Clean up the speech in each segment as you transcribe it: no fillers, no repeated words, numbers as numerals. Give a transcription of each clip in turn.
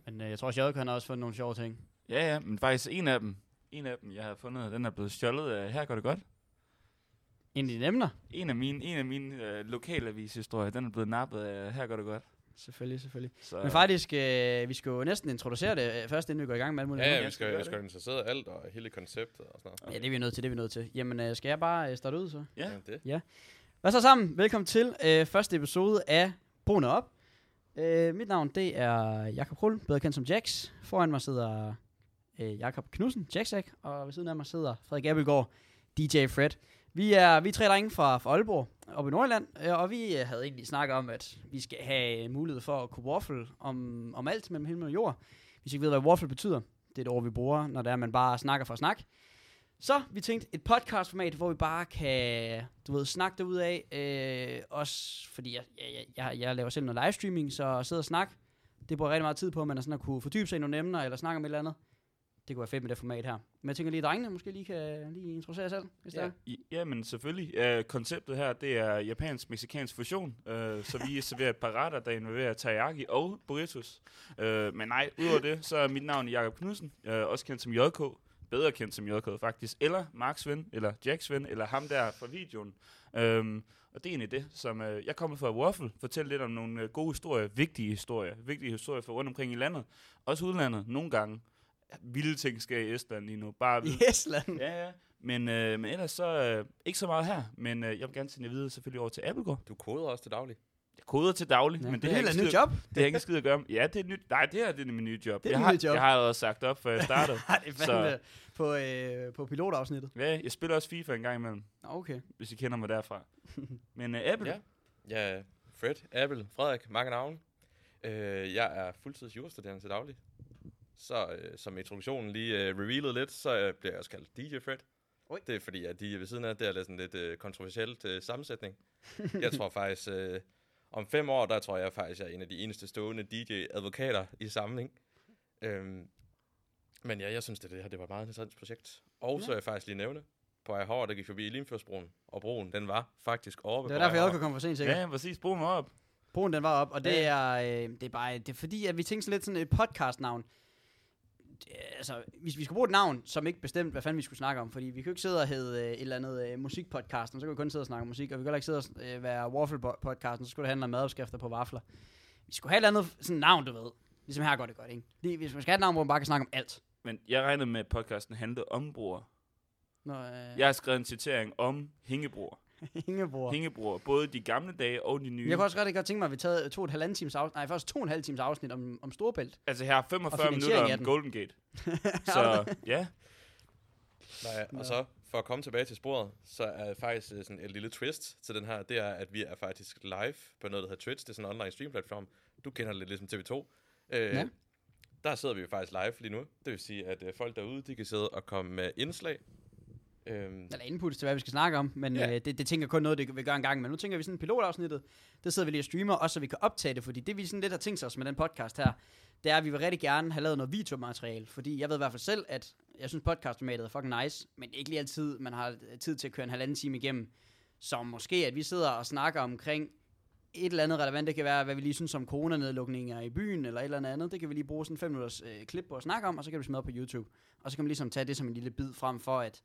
Men jeg tror også, Jørgen han har også fundet nogle sjove ting. Ja, men faktisk en af dem, jeg har fundet, den er blevet stjålet af Her går det godt. En af dine emner? En af mine lokalavishistorier, den er blevet nappet af Her går det godt. Selvfølgelig. Så, Men faktisk, vi skal jo næsten introducere det først, inden vi går i gang med alt muligt. Ja, vi skal introducere alt og hele konceptet og sådan noget. Ja, det er vi nødt til, Jamen, skal jeg bare starte ud så? Ja. Det. Hvad så sammen? Velkommen til første episode af Brune Op. Mit navn, det er Jakob Krul, bedre kendt som Jax. Foran mig sidder Jakob Knudsen, Jaxak, og ved siden af mig sidder Frederik Abelgaard, DJ Fred. Vi er tre drenge fra Aalborg, oppe i Nordjylland, og vi havde egentlig snakket om, at vi skal have mulighed for at kunne waffle om alt mellem himmel og jord. Hvis I ikke ved, hvad waffle betyder, det er et ord, vi bruger, når det er, man bare snakker for at snakke. Så vi tænkte et podcastformat, hvor vi bare kan, snakke derud af. Også fordi jeg laver selv noget livestreaming, så at sidde og snakke, det bruger rigtig meget tid på, at man er sådan at kunne fordybe sig i nogle emner, eller snakke om et eller andet. Det kunne være fedt med det format her. Men jeg tænker lige, at drengene måske lige kan introducere selv, hvis det er. Ja, men selvfølgelig. Konceptet her, det er japansk-mexikansk fusion. Så vi serverer et par retter, der involverer teriyaki og burritos. Men nej, udover det, så er mit navn Jakob Knudsen, også kendt som JK. Bedre kendt som JK faktisk. Eller Marks ven, eller Jacks ven, eller ham der fra videoen. Og det er egentlig det, som jeg kommer fra Waffle. Fortælle lidt om nogle gode historier, vigtige historier for rundt omkring i landet. Også udlandet, nogle gange. Vilde ting sker i Estland lige nu. Bare I Estland? Ja. Men ellers så ikke så meget her. Men jeg vil gerne sende jer videre selvfølgelig over til Appelgaard. Du koder også til daglig. Jeg koder til daglig, ja, men det er et nyt job. Det er ikke skide at gøre. Ja, det er nyt. Nej, det er mit nye job. Det er nyt job. Jeg har også sagt op, før jeg startede. Det er på pilotafsnittet. Ja, jeg spiller også FIFA en gang imellem. Okay. Hvis I kender mig derfra. Men Apple? Ja, Fred, Apple, Frederik, mange navne. Jeg er fuldtids jurastuderende til daglig. Så som introduktionen lige revealede lidt, så bliver jeg også kaldt DJ Fred. Oi. Det er fordi, at de ved siden af, det er sådan lidt kontroversielt sammensætning. Jeg tror faktisk, om 5 år, der tror jeg faktisk, jeg er en af de eneste stående DJ-advokater i samling. Men ja, jeg synes, det var et meget interessant projekt. Og så er jeg faktisk lige nævne, på Ejhår, der gik forbi Limfjordsbroen, og broen, den var faktisk oppe. Det var derfor, jeg også kunne komme for sent, sikkert. Ja, præcis, broen var op. Broen, den var op, og det er fordi, at vi tænkte sådan lidt sådan et podcastnavn. Altså, hvis vi skulle bruge et navn, som ikke bestemt, hvad fanden vi skulle snakke om, fordi vi kan jo ikke sidde og hedde et eller andet musikpodcast, så kan vi kun sidde og snakke om musik, og vi kan heller ikke sidde og være waffle-podcasten, så skulle det handle om madopskrifter på vafler. Vi skulle have et eller andet sådan navn, du ved. Ligesom Her går det godt, ikke? Hvis man skal have et navn, hvor man bare kan snakke om alt. Men jeg regnede med, at podcasten handlede om broer. Jeg har skrevet en citering om hængebroer. Hængebroer, både de gamle dage og de nye. Jeg kunne også rigtig godt tænke mig, at vi taget 2,5 times afsnit om Storebælt. Altså her 45 minutter om Golden Gate. Så ja. Nej, og så for at komme tilbage til sporet, så er faktisk sådan et lille twist til den her, det er, at vi er faktisk live på noget, der hedder Twitch. Det er sådan en online stream-platform. Du kender det lidt ligesom TV2. Der sidder vi jo faktisk live lige nu. Det vil sige, at folk derude, de kan sidde og komme med indslag. Eller inputs til, hvad vi skal snakke om, men det tænker kun noget, det vi gør en gang. Men nu tænker vi sådan en pilotafsnittet, der sidder vi lige og streamer, også så vi kan optage det, fordi det vi sådan lidt har tænkt os med den podcast her, det er, at vi vil rigtig gerne have lavet noget videomateriale, fordi jeg ved i hvert fald selv, at jeg synes podcastformatet er fucking nice, men ikke lige altid, man har tid til at køre en 1,5 time igennem. Så måske, at vi sidder og snakker omkring et eller andet relevant, det kan være, hvad vi lige synes om coronanedlukninger i byen, eller et eller andet, det kan vi lige bruge sådan en 5 minutters klip på at snakke om, og så kan vi smide op på YouTube. Og så kan man ligesom tage det som en lille bid frem for, at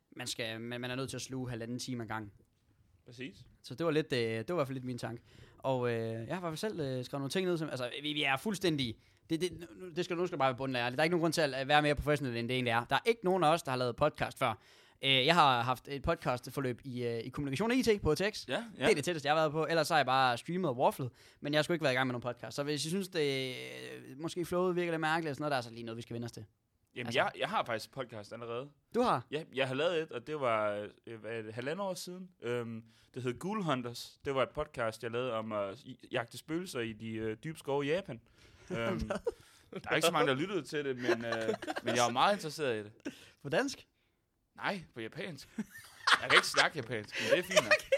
man er nødt til at sluge 1,5 time ad gang. Præcis. Så det var lidt, det var i hvert fald lidt min tanke. Og jeg har i hvert fald selv skrevet nogle ting ned, som, altså vi er fuldstændig, det skal du bare være bunden af. Der er ikke nogen grund til at være mere professionel, end det egentlig er. Der er ikke nogen af os, der har lavet podcast før. Jeg har haft et podcastforløb i kommunikation og IT på TX. Ja. Det er det tætteste, jeg har været på. Ellers har jeg bare streamet og wafflet, men jeg har sgu ikke været i gang med nogen podcast. Så hvis I synes, det måske flowet virker lidt mærkeligt, så noget, der er så lige noget, vi skal vende os til. Jamen, altså, jeg har faktisk podcast allerede. Du har? Ja, jeg har lavet et, og det var 1,5 år siden. Det hed Ghoul Hunters. Det var et podcast, jeg lavede om at jagte spøgelser i de dybe skove i Japan. Der er ikke så mange, der lyttede til det, men jeg var meget interesseret i det. På dansk? Nej, på japansk. Jeg kan ikke snakke japansk, men det er fint nok.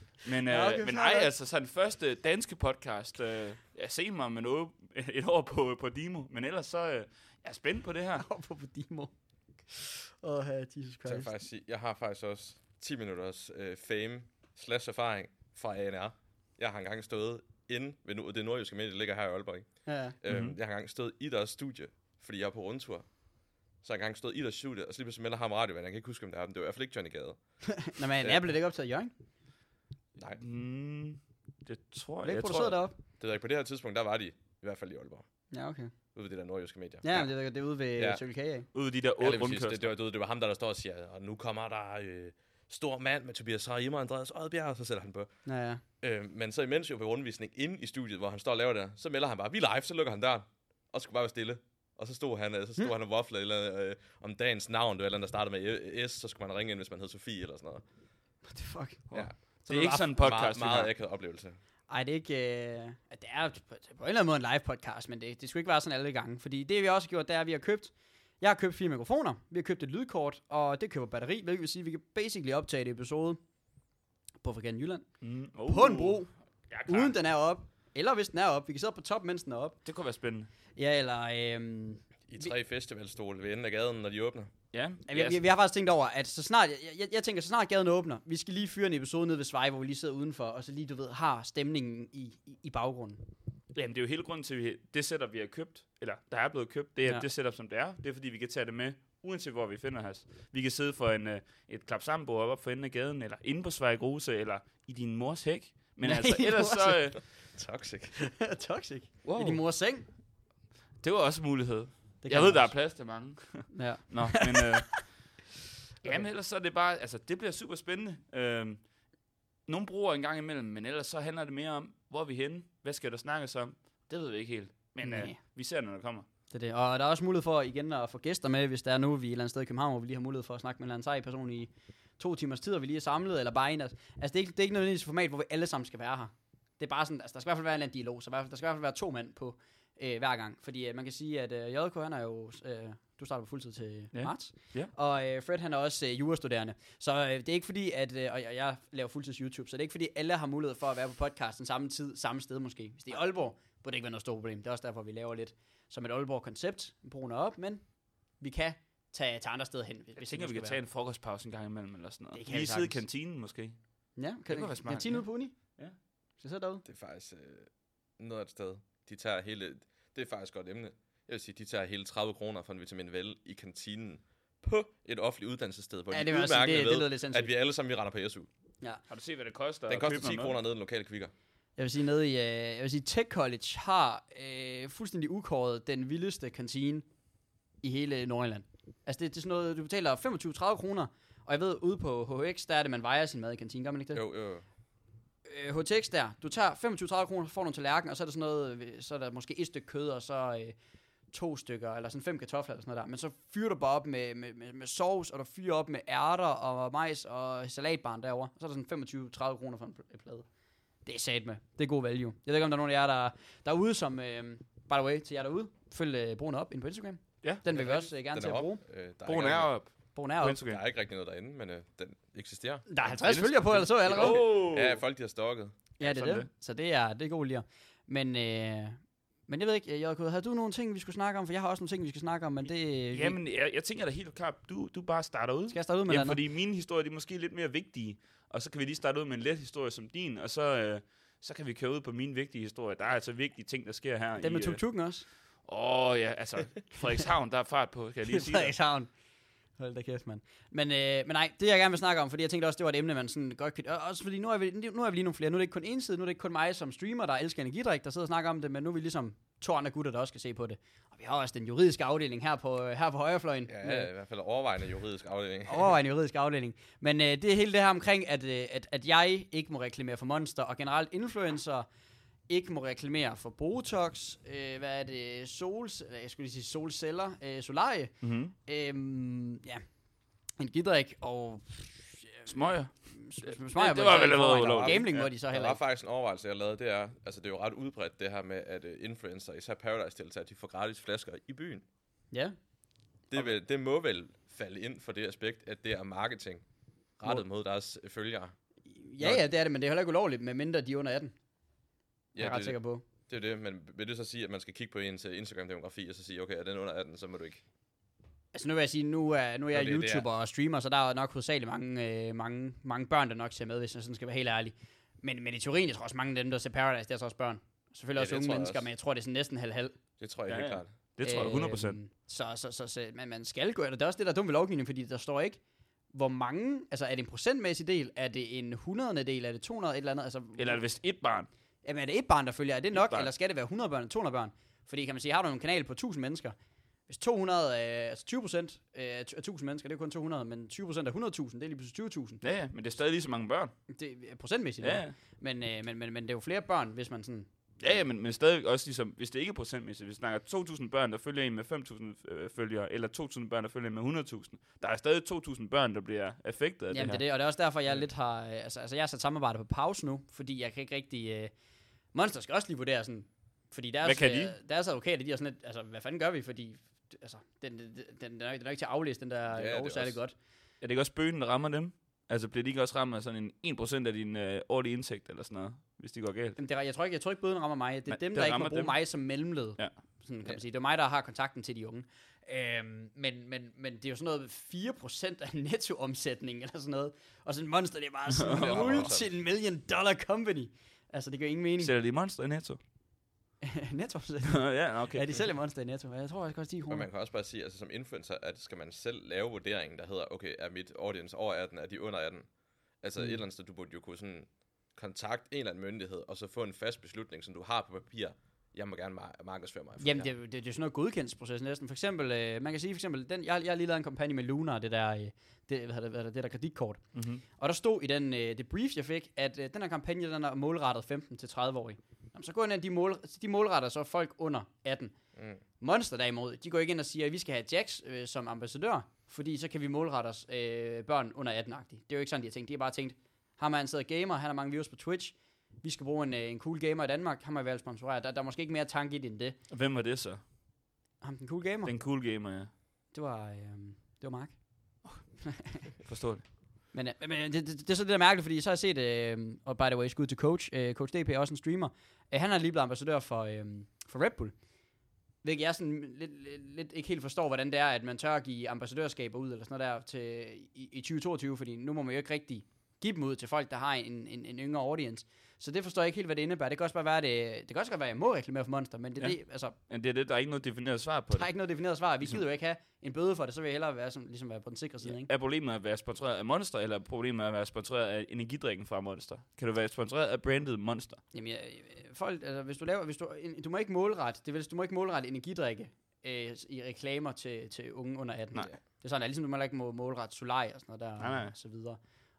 Men nej, altså sådan den første danske podcast, jeg ser mig med noget et år på Dimo, men ellers så jeg er spændt på det her. På Dimo. Jesus Christ. Så faktisk sige, jeg har faktisk også 10 minutters fame/erfaring fra ANR. Jeg har engang stået inde ved det nordjyske medie, der ligger her i Aalborg, ikke? Ja. Jeg har engang stået i deres studie, fordi jeg er på rundtur. Så har jeg engang stået i deres studie, og så lige pludselig melder ham radioen. Jeg kan ikke huske, om det er dem. Det var i hvert fald ikke Johnny Gade. Nå, men Apple er det ikke optaget i Jørgen? Nej. Det tror Det er jeg. ikke produceret deroppe? Det er ikke på det her tidspunkt, der var de i hvert fald i Aalborg. Ja, okay. Ude ved det der nordjyske medier. Ja, men det er ude ved Circle K, ikke? Ude ved de der Ja, 8 det, rundkørsler. det var ham, der står og siger, og nu kommer der stor mand med Tobias Rahim og Andreas Oddbjerg, og så sætter han på. Ja. Men så imens jo ved rundvisning inde i studiet, hvor han står og laver det, så melder han bare, vi er live, så lukker han døren, og så skulle bare være stille. Og så stod han og wafflede eller om dagens navn, det var et eller andet, der startede med S, så skulle man ringe ind, hvis man hed Sofie eller sådan noget. What the fuck? Ja. Så det er ikke sådan en podcast, meget akavet oplevelse. Ej, det er ikke... det er på en eller anden måde en live podcast, men det skulle ikke være sådan alle gange. Fordi det, vi også har gjort, det er, at jeg har købt 4 mikrofoner, vi har købt et lydkort, og det køber batteri, hvilket vil sige, at vi kan basically optage et episode på Fregatten Jylland. På en bro, uden den er op. Eller hvis den er op. Vi kan sidde på top, mens den er op. Det kunne være spændende. Ja, eller... I 3 festivalstole ved enden af gaden, når de åbner. Ja. Vi har faktisk tænkt over, at så snart, jeg tænker, så snart gaden åbner, vi skal lige fyre en episode ned ved Svej, hvor vi lige sidder udenfor, og så lige, du ved, har stemningen i baggrunden. Jamen, det er jo hele grunden til, at det setup, vi har købt, eller der er blevet købt, det er det setup, som det er. Det er, fordi vi kan tage det med, uanset hvor vi finder os. Vi kan sidde for et klapsammenbord op for enden af gaden, eller inde på Svej Gruse, eller i din mors hæk. Men altså, ellers så... Toxic. Toxic? Wow. I din mors seng? Det var også en mulighed. Jeg ved, der er plads til mange. Ja. Nå, men... jamen, ellers så er det bare... Altså, det bliver super spændende. Nogle bruger en gang imellem, men ellers så handler det mere om, hvor er vi henne? Hvad skal der snakkes om? Det ved vi ikke helt. Men vi ser, når det kommer. Det er det. Og der er også mulighed for igen at få gæster med, hvis der er nu, vi er et eller andet sted i København, hvor vi lige har mulighed for at snakke med en eller anden sej person i 2 timers tid, og vi lige er samlet, eller bare en. Altså, det er ikke nødvendigvis et format, hvor vi alle sammen skal være her. Det er bare sådan, altså der skal i hvert fald være en eller anden dialog, så der skal i hvert fald være 2 mand på hver gang. Fordi man kan sige, at JK, han er jo... du starter på fuldtid til marts. Ja. Og Fred, han er også jurastuderende. Så det er ikke fordi, at... og jeg laver fuldtids YouTube, så det er ikke fordi, alle har mulighed for at være på podcasten samme tid, samme sted måske. Hvis det er Aalborg, burde det ikke være noget stort problem. Det er også derfor, vi laver lidt som et Aalborg-koncept. Brugen er op, men vi kan tage til andre steder hen. Jeg tænker, vi kan tage en frokostpause en gang imellem, eller sådan noget. Det kan lige vi sidde i kantinen, måske. Ja, kan være smart. Kantinen ude på uni? Ja. Skal sidde derude? Det er faktisk noget af et sted. De tager hele... Det er faktisk et godt emne. Jeg vil sige, de tager hele 30 kroner for en vitamin vel i kantinen på et offentligt uddannelsessted, hvor de udmærket ved, at vi alle sammen vi render på SU. Ja. Har du set, hvad det koster? Den koster 10 kroner nede i den lokale kvikker. Jeg vil sige, Tech College har fuldstændig ukåret den vildeste kantine i hele Nordjylland. Altså det er sådan noget, du betaler 25-30 kroner, og jeg ved, ude på HX, der er det, man vejer sin mad i kantinen, gør man ikke det? Jo. HTX der, du tager 25-30 kroner, får nogle tallerken, og så er der sådan noget, så er der måske 1 stykke kød, og så 2 stykker, eller sådan 5 kartofler, eller sådan noget der. Men så fyrer du bare op med sovs, og der fyrer op med ærter, og majs, og salatbarn derovre. Og så er der sådan 25-30 kroner for en plade. Det er sat med. Det er god value. Jeg ved ikke, om der er nogen af jer, der er ude, som, by the way, til jer derude, følg Broen op inde på Instagram. Ja. Den vil vi også gerne til at bruge. Broen er op. Broen er op. Der er ikke rigtig noget derinde, men den eksisterer. Der er 50 følgere på, eller så allerede. Ja, folk de har stalket. Ja, det er det. Så det er god lige. Men jeg ved ikke, JK, havde du nogle ting, vi skulle snakke om? For jeg har også nogle ting, vi skal snakke om, men det... Jamen, jeg tænker da helt klart, du bare starter ud. Skal jeg starte ud med noget? Fordi mine historier, de er måske lidt mere vigtige. Og så kan vi lige starte ud med en let historie som din, og så kan vi køre ud på mine vigtige historier. Der er altså vigtige ting, der sker her. Den med tuk-tukken også? Ja, altså, Frederikshavn, der er fart på, kan jeg lige sige det. Frederikshavn. Hold da kæft, mand. Men nej, det jeg gerne vil snakke om, fordi jeg tænkte også, det var et emne, man sådan godt kan... Også fordi nu er vi lige nogle flere. Nu er det ikke kun en side, nu er det ikke kun mig som streamer, der elsker energidrik, der sidder og snakker om det, men nu er vi ligesom 2 andre gutter, der også skal se på det. Og vi har også den juridiske afdeling her på højrefløjen. Ja, i hvert fald overvejende juridisk afdeling. Overvejende juridisk afdeling. Men det er hele det her omkring, at jeg ikke må reklamere for Monster, og generelt influencer ikke må reklamere for Botox, hvad er det, solceller, solarie, ja, energidrik og smøger. Smøger, det var vel noget gambling, hvor de så heller ikke. Der var faktisk en overvejelse, jeg lavede, det er, altså det er jo ret udbredt det her med, at influencer, især Paradise-deltagere, de får gratis flasker i byen. Ja. Det må vel falde ind for det aspekt, at det er marketing rettet mod deres følgere. Ja, det er det, men det er heller ikke ulovligt, medmindre de er under 18. Ja, jeg er ret sikker på. Det er det, men vil det så sige, at man skal kigge på ens Instagram-demografi, og så sige, okay, er den under 18, så må du ikke. Altså nu vil jeg sige, nu er jeg YouTuber og streamer, så der er nok hovedsageligt mange børn, der nok ser med, hvis jeg sådan skal være helt ærlig. Men i teorien, jeg tror også mange af dem, der ser Paradise, det er så også børn. selvfølgelig også unge mennesker, men jeg tror, det er sådan næsten halv-halv. Det tror jeg helt klart. Det tror jeg 100%. Så man skal gøre det. Det er også det, der er dumt ved lovgivningen, fordi der står ikke, hvor mange, altså er det en procentmæssig del, er det en 100. del, er det 200 et eller andet? Altså, eller er det vist et barn? Jamen er det et barn, der følger? Er det nok, eller skal det være 100 børn eller 200 børn? Fordi kan man sige, har du en kanal på 1000 mennesker, hvis 200, altså 20% af 1000 mennesker, det er kun 200, men 20% af 100.000, det er lige pludselig 20.000. Ja, men det er stadig lige så mange børn. Det er procentmæssigt. Ja. Men det er jo flere børn, hvis man sådan... Ja, men stadig også ligesom, hvis det ikke er procentmæssigt, hvis vi snakker 2.000 børn, der følger en med 5.000 følgere, eller 2.000 børn, der følger en med 100.000, der er stadig 2.000 børn, der bliver affektet af det her. Jamen det er det, og det er også derfor, jeg lidt har... Altså jeg har sat samarbejdet på pause nu, fordi jeg kan ikke rigtig... Monster skal også lige vurdere sådan... Fordi deres advokater, de er sådan lidt... Altså, hvad fanden gør vi? Fordi... Altså, den er ikke til at aflæse, den der lov særlig godt. Er det ikke også bøgen, der rammer dem? Altså, bliver de ikke også ramt af sådan en 1% af din årlige indtægt, eller sådan noget, hvis det går galt? Jamen, jeg tror ikke, bøden rammer mig. Det er dem, der ikke må bruge mig som mellemled. Ja. Sådan kan man sige. Det er mig, der har kontakten til de unge. Men det er jo sådan noget 4% af nettoomsætning, eller sådan noget. Og sådan Monster, det er bare sådan en multi-million-dollar company. Altså, det gør ingen mening. Sælger de Monster i Netto? Netto? Ja, okay. Ja, de sælger Monster i Netto. Jeg tror faktisk også 10 kroner. Men man kan også bare sige, altså som influencer, at skal man selv lave vurderingen, der hedder, okay, er mit audience over 18, er de under 18? Altså et eller andet sted, du burde jo kunne sådan kontakte en eller anden myndighed, og så få en fast beslutning, som du har på papir. Jeg må gerne markedsføre mig. Jamen, det er sådan noget godkendelsesproces næsten. For eksempel, man kan sige for eksempel, jeg har lige lavet en kampagne med Luna, det der kreditkort. Mm-hmm. Og der stod i det brief, jeg fik, at den her kampagne, den er målrettet 15-30-årige. Jamen, så går ind, de målretter så folk under 18. Monster derimod, de går ikke ind og siger, at vi skal have Jax som ambassadør, fordi så kan vi målrette os børn under 18-agtige. Det er jo ikke sådan, de har tænkt. De har bare tænkt, ham er en sidder gamer, han har mange views på Twitch, vi skal bruge en cool gamer i Danmark, ham er vel sponsoreret. Der er måske ikke mere tanke i det end det. Og hvem var det så? Ham, den cool gamer? Den cool gamer, ja. Det var Mark. Forstår det. Men det er så det der mærkeligt, fordi så har jeg set, og by the way, skud til Coach. Coach DP er også en streamer. Han er lige blevet ambassadør for Red Bull. Hvilket jeg sådan lidt ikke helt forstår, hvordan det er, at man tør at give ambassadørskaber ud, eller sådan noget der, i 2022, fordi nu må man jo ikke rigtig give dem ud til folk, der har en yngre audience. Så det forstår jeg ikke helt, hvad det indebærer. Det kan også bare være, det kan også godt være, at jeg må reklamere for Monster, men det er det, altså... Men det er det, der er ikke noget defineret svar på det. Der er ikke noget defineret svar. Vi gider jo ikke have en bøde for det, så vil jeg hellere være, ligesom være på den sikre side, ikke? Er problemet at være sponsoreret af Monster, eller er problemet at være sponsoreret af energidrikken fra Monster? Kan du være sponsoreret af brandet Monster? Jamen, folk, altså, du må ikke målrette, du må ikke målrette energidrikke i reklamer til unge under 18. Nej. Det er sådan, at ligesom du må ikke målrette Solaj og sådan noget der, og så videre.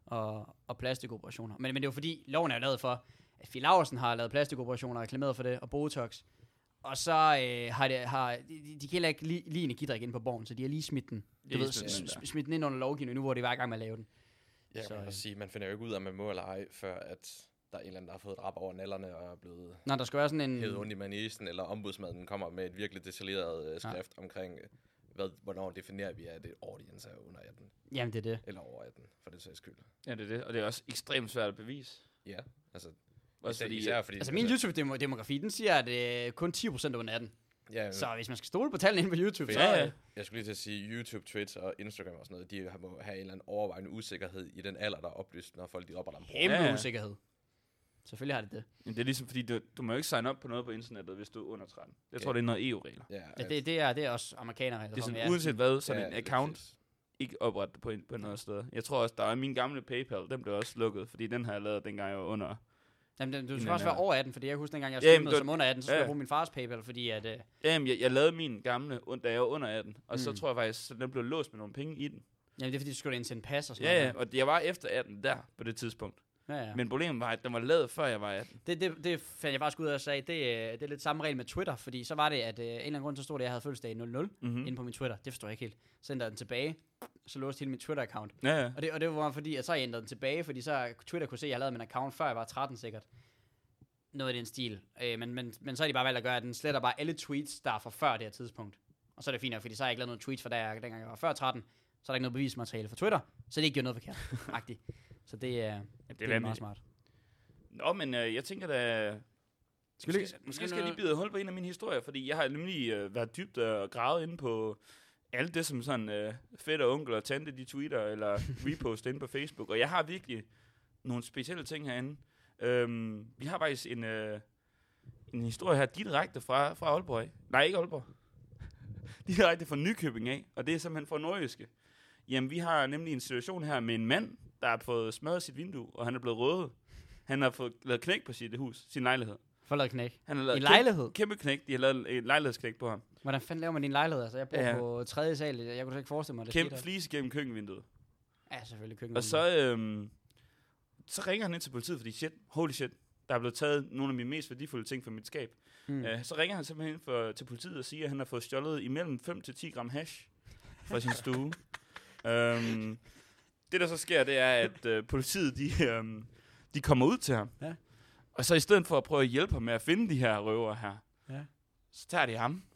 Og plastikoperationer. Men det er jo fordi, loven er lavet for, at Fie Laursen har lavet plastikoperationer og reklameret for det, og Botox. Og så de kan heller ikke lige energidrik ind på borgen, så de har lige smidt den. Smidt den ind under lovgivningen, nu hvor de var i gang med at lave den. Ja, så, man kan sige, man finder jo ikke ud af, om man må eller ej, før at der er en eller anden, der har fået et rap over nallerne og er blevet der skal være sådan en hævet ondt i manisen, eller ombudsmanden kommer med et virkelig detaljeret skrift omkring, hvornår definerer vi, at et audience er under 18. Jamen, det er det. Eller over 18, for det sags skyld. Ja, det er det, og det er også ekstremt svært at bevise. Ja, altså... Især fordi min YouTube-demografi, den siger, at kun 10% under 18. Ja, så hvis man skal stole på tallene inde på YouTube, så... Jeg skulle lige til at sige, YouTube, Twitch og Instagram og sådan noget, de må have en eller anden overvejende usikkerhed i den alder, der er oplyst, når folk de opretter en brug. Kæmpe usikkerhed. Selvfølgelig har det. Men det er ligesom, fordi du må jo ikke signe op på noget på internettet, hvis du er under 13. Jeg tror, det er noget EU-regler. Det er også amerikanerregler. Det er sådan, uanset hvad, sådan en account ikke oprettet på noget sted. Jeg tror også, der er min gamle PayPal, den blev også lukket, fordi den har jeg lavet, dengang jeg var under... Jamen, du skal også være over 18, fordi jeg husker, dengang jeg streamede som under 18, så skulle jeg bruge min fars PayPal, fordi at... Jamen, jeg lavede min gamle, da jeg var under 18, og så tror jeg faktisk, at den blev låst med nogle penge i den. Jamen, det er fordi, du skulle indsende pas og sådan noget. Ja, og jeg var efter 18 der, på det tidspunkt. Ja. Men problemet var, at den var lavet før jeg var 18. Det fandt jeg faktisk ud af at sige. Det er lidt samme regel med Twitter, fordi så var det, at en eller anden grund, så stod det, at jeg havde fødselsdag i 00 inde på min Twitter. Det forstår jeg ikke helt. Så ændrede den tilbage, så låste hele min Twitter-account. Ja. Og det var fordi, at så ændrede den tilbage, fordi så Twitter kunne se, at jeg lavede min account, før jeg var 13 sikkert. Noget i den stil. Men så har de bare valgt at gøre, at den sletter bare alle tweets, der er fra før det her tidspunkt. Og så er det fint, fordi så har jeg ikke lavet noget tweets fra dengang jeg var før 13, så er der ikke noget bevismateriale fra Twitter, så det ikke gjorde noget forkert. Så det er meget smart. Nå, men jeg tænker da... Måske skal jeg lige bide hul på en af mine historier, fordi jeg har nemlig været dybt og gravet inde på alt det, som sådan fedt og onkel og tante, de tweeter eller reposter inde på Facebook, og jeg har virkelig nogle specielle ting herinde. Vi har faktisk en en historie her direkte fra Aalborg af. Nej, ikke Aalborg. Direkte fra Nykøbing af, og det er simpelthen fra Nordjyske. Jamen, vi har nemlig en situation her med en mand, der har fået smadret sit vindue, og han er blevet rødet. Han har fået lavet knæk på sit hus, sin lejlighed. For lavet knæk? Han har lavet I lejlighed? Kæmpe knæk. De har lavet en lejlighedsknæk på ham. Hvordan fanden laver man din lejlighed? Altså, jeg bor på 3. sal. Jeg kunne da ikke forestille mig, det kæmpe flise gennem køkkenvinduet. Ja, selvfølgelig køkkenvinduet. Og så ringer han ind til politiet, fordi holy shit, der er blevet taget nogle af mine mest værdifulde ting fra mit skab. Så ringer han simpelthen til politiet og siger, at han har fået stjålet imellem 5 til 10 gram hash fra sin stue. Det der så sker, det er, at politiet, de kommer ud til ham. Ja. Og så i stedet for at prøve at hjælpe ham med at finde de her røver her, så tager de ham.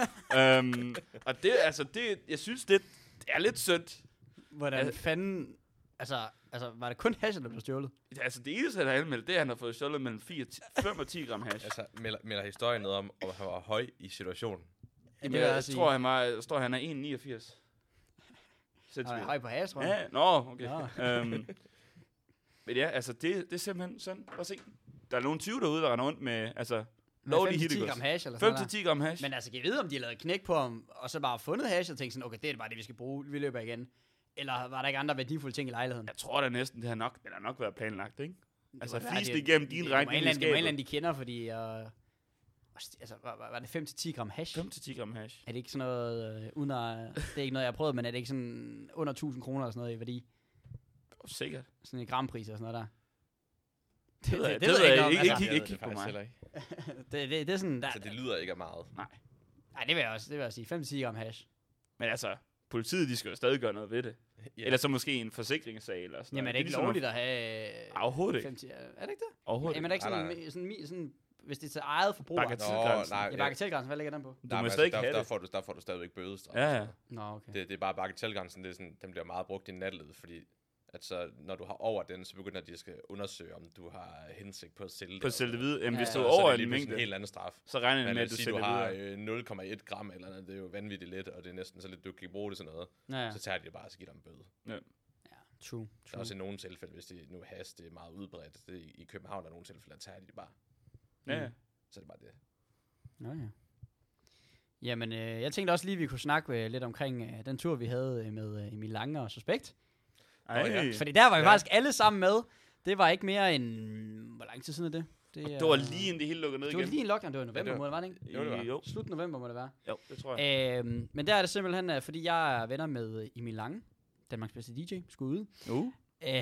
Og det, jeg synes, det er lidt synd. Hvordan fanden... Altså, var det kun hash, der blev stjålet? Altså, det eneste, han har anmeldt, det er, at han har fået stjålet mellem 5 og 10 gram hash. Altså, melder historien noget om, at han var høj i situationen? Jamen, jeg tror, han er 1,89. Han er høj på hash, tror jeg. Ja, okay. Men ja, altså, det er simpelthen sådan. Prøv at se. Der er nogle 20 derude, der render rundt med, altså... 5-10 gram hash eller sådan 5-10 gram hash. Men altså, kan jeg vide, om de har lavet knæk på ham, og så bare fundet hash, og tænkt sådan, okay, det er bare det, vi skal bruge, vi løber igen. Eller var der ikke andre værdifulde ting i lejligheden? Jeg tror da næsten, det har nok været planlagt, ikke? Altså, fliste igennem din række ind i skabet. Det var en eller anden, de kender, fordi... altså, var det 5-10 gram hash? 5-10 gram hash. Er det ikke sådan noget, det er ikke noget, jeg har prøvet, men er det ikke sådan under 1000 kroner eller sådan noget i værdi? Sikkert. Sådan en grampris og sådan noget der. Det ved jeg ikke kigge på mig. det er sådan... Så det lyder ikke af meget. Nej, det vil jeg sige. 5-10 gram hash. Men altså, politiet, de skal jo stadig gøre noget ved det. Yeah. Eller så måske en forsikringssag eller sådan. Jamen er det ikke lovligt at have... Overhovedet ikke. 50, er det ikke det? Overhovedet ikke. Jamen er det ikke sådan hvis det er til eget forbrug. Bagatelgrænsen. Ja, bagatelgrænsen. Hvad ligger den på? Du må stadig have det. Der får du stadigvæk bødestraf. Ja. Nå, okay. Det er bare bagatelgrænsen, den bliver meget brugt i natlivet, fordi at så, når du har over den, så begynder de at undersøge, om du har hensigt på at sælge det. På at sælge det videre. Jamen, hvis du er over en mængde, en helt anden straf. Så regner det med, at du sælger det videre. Du har 0,1 gram eller andet, det er jo vanvittigt lidt, og det er næsten så lidt, du kan bruge det til noget. Ja. Så tager de det bare og giver dig en bøde. Ja. True. Der er også i nogle tilfælde, hvis det nu has, det er meget udbredt. I København der er nogle tilfælde, der tager de det bare. Ja. Så er det bare det. Nå ja. Jamen, jeg tænkte også lige, vi kunne snakke lidt omkring den tur, vi havde med Emil Lange og Suspekt. Fordi der var vi faktisk alle sammen med. Det var ikke mere end... Hvor lang tid siden er det? Det var lige inden det hele lukkede ned igen. Det var lige en lockdown, det var i november måned, var det ikke? Jo, det var. Jo. Slut november må det være. Jo, det tror jeg. Men der er det simpelthen, fordi jeg er venner med Emil Lange, Danmarks bedste DJ, skulle ud.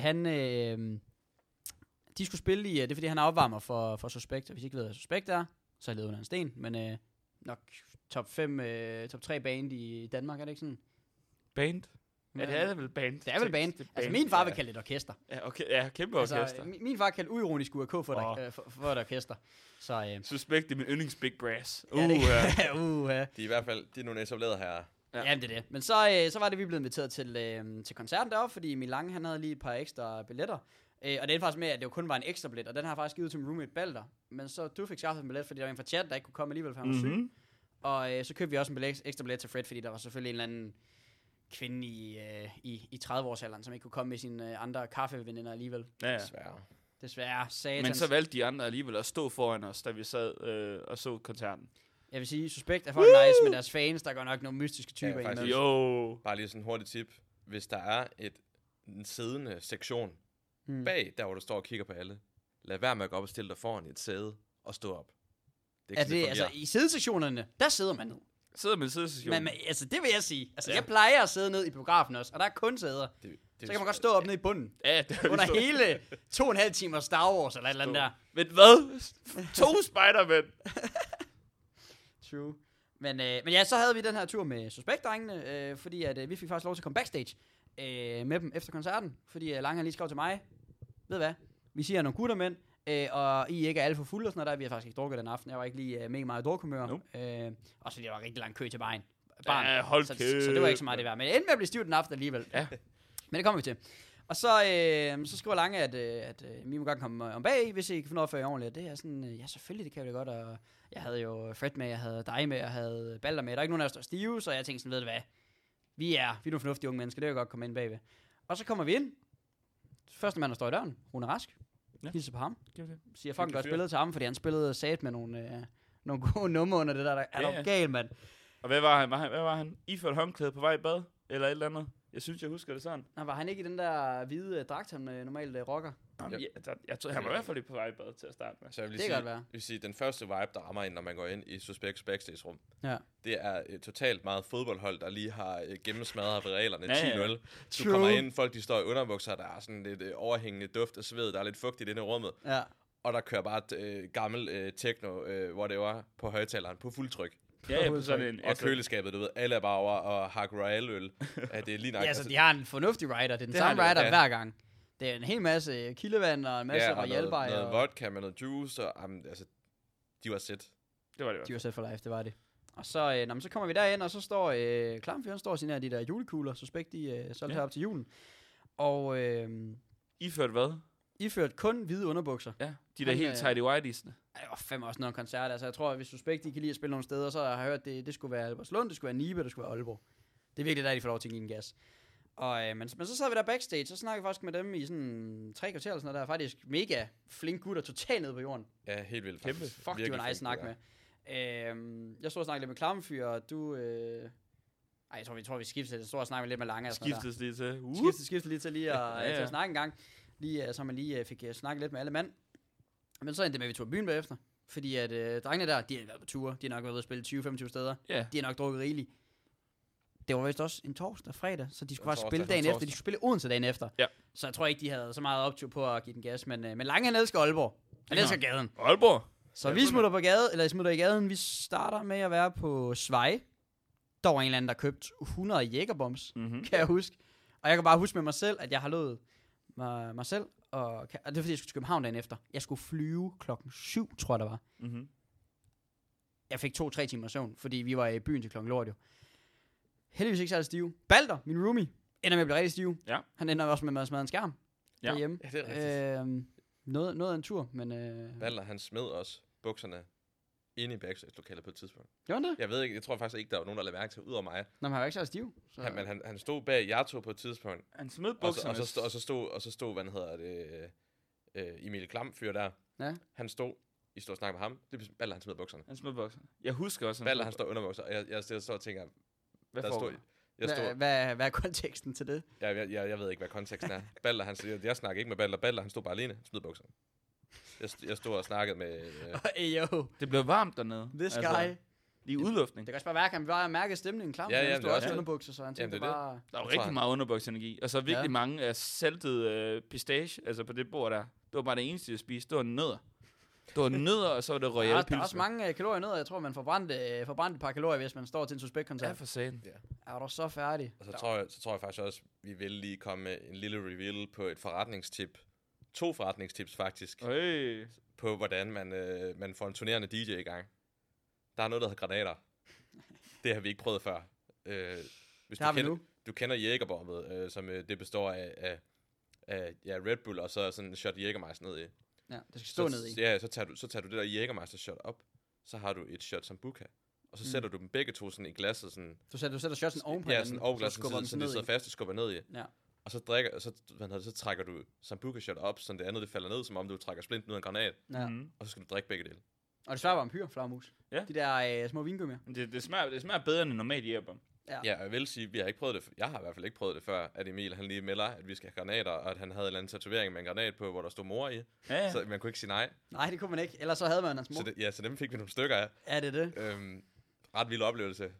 De skulle spille i, det er fordi han er opvarmer for Suspekt, og hvis I ikke ved, hvad Suspekt er, så er det under en sten, men nok top 3 band i Danmark, er det ikke sådan? Band? Ja, det er vel band. Det er vel band. Altså, min far vil kalde det et orkester. Ja, okay. Ja, kæmpe orkester. Altså, min far kaldte uironisk URK for et orkester. Så, Suspekt, det er min yndlings Big Brass. Ja. De er i hvert fald, de er nogle etablerede her. Ja, det er det. Men så var det, vi blev inviteret til koncerten deroppe, fordi Emil Lange, han havde lige et par ekstra billetter. Og det er faktisk med, at det jo kun var en ekstra billet, og den har jeg faktisk givet til min roommate Balder. Men så du fik skaffet en billet, fordi der var en fra chat, der ikke kunne komme alligevel, for han var syg. Og så købte vi også en ekstra billet til Fred, fordi der var selvfølgelig en eller anden kvinde i 30-årsalderen, som ikke kunne komme med sine andre kaffeveninder alligevel. Ja. Desværre, satans. Men så valgte de andre alligevel at stå foran os, da vi sad og så koncerten. Jeg vil sige, Suspekt er fucking nice med deres fans, der går nok nogle mystiske typer imellem. Jo. Bare lige sådan en hurtig tip. Hvis der er en siddende sektion bag, der hvor du står og kigger på alle, lad være med at gå op og stille dig foran et sæde og stå op. Det er ikke altså i sædesektionerne, der sidder man ned. Sidder med sædesektionen. Men altså, det vil jeg sige. Altså, jeg plejer at sidde ned i biografen også, og der er kun sæder. Så kan man godt stå op ned i bunden. Ja, under hele 2,5 timer Star Wars eller et eller andet der. Men hvad? 2 Spider-Man. True. Men ja, så havde vi den her tur med Suspekt-drengene, fordi at vi fik faktisk lov til at komme backstage med dem efter koncerten. Fordi Lange lige skrev til mig, ved hvad, vi siger nogle guttermænd, og I ikke er alt for fulde og sådan noget der. Vi har faktisk ikke drukket den aften. Jeg var ikke lige mega meget drukkumør. Nope. Også fordi der var rigtig lang kø til barn. Ja, hold så det var ikke så meget det værd. Men endte med at blive stiv den aften alligevel. Ja. Men det kommer vi til. Og så skriver Lange, at vi må godt komme om bag, hvis I kan finde noget for jer ordentligt. Det er sådan, ja selvfølgelig, det kan vi da godt. Og jeg havde jo Fred med, jeg havde dig med, jeg havde Balder med. Der er ikke nogen af os, der er stive, så jeg tænkte sådan, ved du hvad? Vi er nogle fornuftige unge mennesker, det vil godt komme ind bagved. Og så kommer vi ind. Første mand, der står i døren, Rune Rask. Hilse på ham. Gør det. Siger fucking Hyggelig godt fyr. spillet til ham, fordi han spillede sat med nogle gode numre under det der. Er Ja, du gal, mand? Og hvad var han? Hvad var han? Iført håndklæde på vej i bad? Eller et eller andet? Jeg synes, jeg husker det sådan. Var han ikke i den der hvide dragt, han normalt rocker? Jamen, jeg tror, han var i hvert fald på vej i bad til at starte med. Så jeg vil Det kan sige, godt være. jeg vil sige, den første vibe, der rammer ind, når man går ind i Suspects backstage-rum, Ja. det er totalt meget fodboldhold, der lige har gennemsmadret ved reglerne. Ja, 10-0. ja. Du True. kommer ind, folk de står i underbukser, der er sådan lidt overhængende duft af sved, der er lidt fugtigt inde i rummet, Ja. og der kører bare et gammel techno, hvor det var på højtaleren, på fuld tryk. Ja, på sådan en... Og køleskabet, du ved, alle er bare over og har Royal-øl. At det er lige nok, Ja, så de har en fornuftig rider. Det er den Det samme har de, rider ja. hver gang. Det er en hel masse kildevand og en masse og Royal Bajer. noget vodka med noget juice, og altså, de var sæt. Det var det De var set for life, det var det. Og så, så kommer vi derind, og så står Klamfjørn står sine af de der julekugler, Suspekt de solgte herop til julen. Og Iført hvad? iført kun hvide underbukser. Ja, de der Han, helt tidy whiteys'ene. Det var fandme også noget koncert. Altså, jeg tror, at hvis Suspekt de kan lide at spille nogle steder, så har jeg hørt, det skulle være Albertslund, det skulle være Nibe, det skulle være Aalborg. Det er virkelig der, de får lov til at give en gas. Og, men så sad vi der backstage, så snakkede vi faktisk med dem i sådan 3 kvarter eller sådan noget. Der er faktisk mega flink gutter, totalt nede på jorden. Ja, helt vildt. Kæmpe. faktisk. Fuck, de Virkelig var nice at snakke med. Jeg stod og snakkede lidt med Klamfyr, og du... jeg tror, vi skiftede. Jeg stod og snakkede lidt med Lange. og sådan noget Skiftes lige til. der. Skiftede lige til lige at, Ja. til at snakke en gang. Lige, så man lige fik snakket lidt med alle mand. Men så endte det med, at vi tog byen bagefter. Fordi at drengene der, de har været på ture. De har nok været ude at spille 20-25 steder. Ja. De har nok drukket rigeligt. Det var vist også en torsdag, fredag, så de skulle En faktisk torsdag, spille dagen en efter. De skulle spille Odense dagen efter. Ja. Så jeg tror ikke, de havde så meget optur på at give den gas. Men Lange, han elsker Aalborg. Han Ja. elsker gaden. Aalborg. Så Ja, vi smutter på gade, eller smutter i gaden. Vi starter med at være på Svej. Der var en eller anden, der købte 100 jægerbombs, kan jeg huske. Og jeg kan bare huske med mig selv, at jeg har lovet mig selv, og det er fordi, jeg skulle til København dagen efter. Jeg skulle flyve 7:00, tror jeg, der var. Mm-hmm. Jeg fik 2-3 timer søvn, fordi vi var i byen til klokken lort jo. Heldigvis ikke særlig stiv. Balder, min roomie, ender med at blive rigtig stiv. Ja. Han ender også med at smadre en skærm Ja. derhjemme. Ja, det er rigtigt. Noget af en tur, men... Balder, han smed også bukserne inde i backstage-lokalet på et tidspunkt. Gjorde han det? Jeg ved ikke, jeg tror faktisk ikke, der var nogen, der lagde mærke til, ud over mig. Nå, men han var ikke særlig stiv. Så... Men han stod bag jer to på et tidspunkt, Han smed og bukserne. så stod, hvad hedder det, Emil Klamfyr der. Ja. Han stod, I stod og snakkede med ham, det er Balder, han smed bukserne. Han smed bukserne. Jeg husker også, Balder, han står underbukser, og jeg står og tænker, Hvad der får stod, du? Hvad er konteksten til det? jeg ved ikke, hvad konteksten er. Balder, han siger, jeg snakker ikke med Balder. Balder, han stod bare alene, smed bukserne. Jeg stod og snakkede med... Hey, yo, Det blev varmt dernede. this guy. Lige udluftning. Det kan også bare være, at han bare mærke stemningen klar. Ja, Han stod det er også i også det. underbukser, så han tænkte Jamen, det er bare... Der var Jeg tror, rigtig han- meget underbuksenergi. Og så virkelig Ja. mange af saltet pistache, altså på det bord der. Det var bare det eneste, jeg spiste. Det var nødder. Det var nødder, og så var det Royal Der er Pilsner. også mange kalorier ned, og jeg tror, man får brændt et par kalorier, hvis man står til en Ja, Suspekt-koncert. for sagen. Er du så færdig? Og så tror jeg faktisk også, vi vil lige komme med en lille reveal på et forretningstip. 2 forretningstips faktisk. Hey. På hvordan man får en turnerende DJ i gang. Der er noget, der hedder granater. Det har vi ikke prøvet før. Hvis Det har vi nu. du kender Jægerbombet, som det består af Red Bull, og så sådan en shot Jägermeister ned i. Ja, det skal stå ned i. Ja, så tager du det der Jägermeister shot op. Så har du et shot Sambuca. Og så sætter du dem begge to sådan i glasset. Sådan, Du sætter shotsen oven på ja, hinanden, sådan over glasset, skubber den så det sidder fast og skubber ned i. Ja. Og så trækker du Sambuca shot op, så det andet det falder ned, som om du trækker splinten ud af en granat. Ja. Mm. Og så skal du drikke begge dele. Og det smager vampyr, flagmus. Ja. De der små vingummier. Det smager bedre end en normal jægerbom. Ja. Ja, jeg vil sige, vi har ikke prøvet det. Jeg har i hvert fald ikke prøvet det før, at Emil han lige melder, at vi skal have granater, og at han havde en eller anden tatovering med en granat på, hvor der stod mor i. Ja. Så man kunne ikke sige nej. Nej, det kunne man ikke. Ellers så havde man hans mor. Så dem fik vi nogle stykker af. Er det det? Ret vild oplevelse.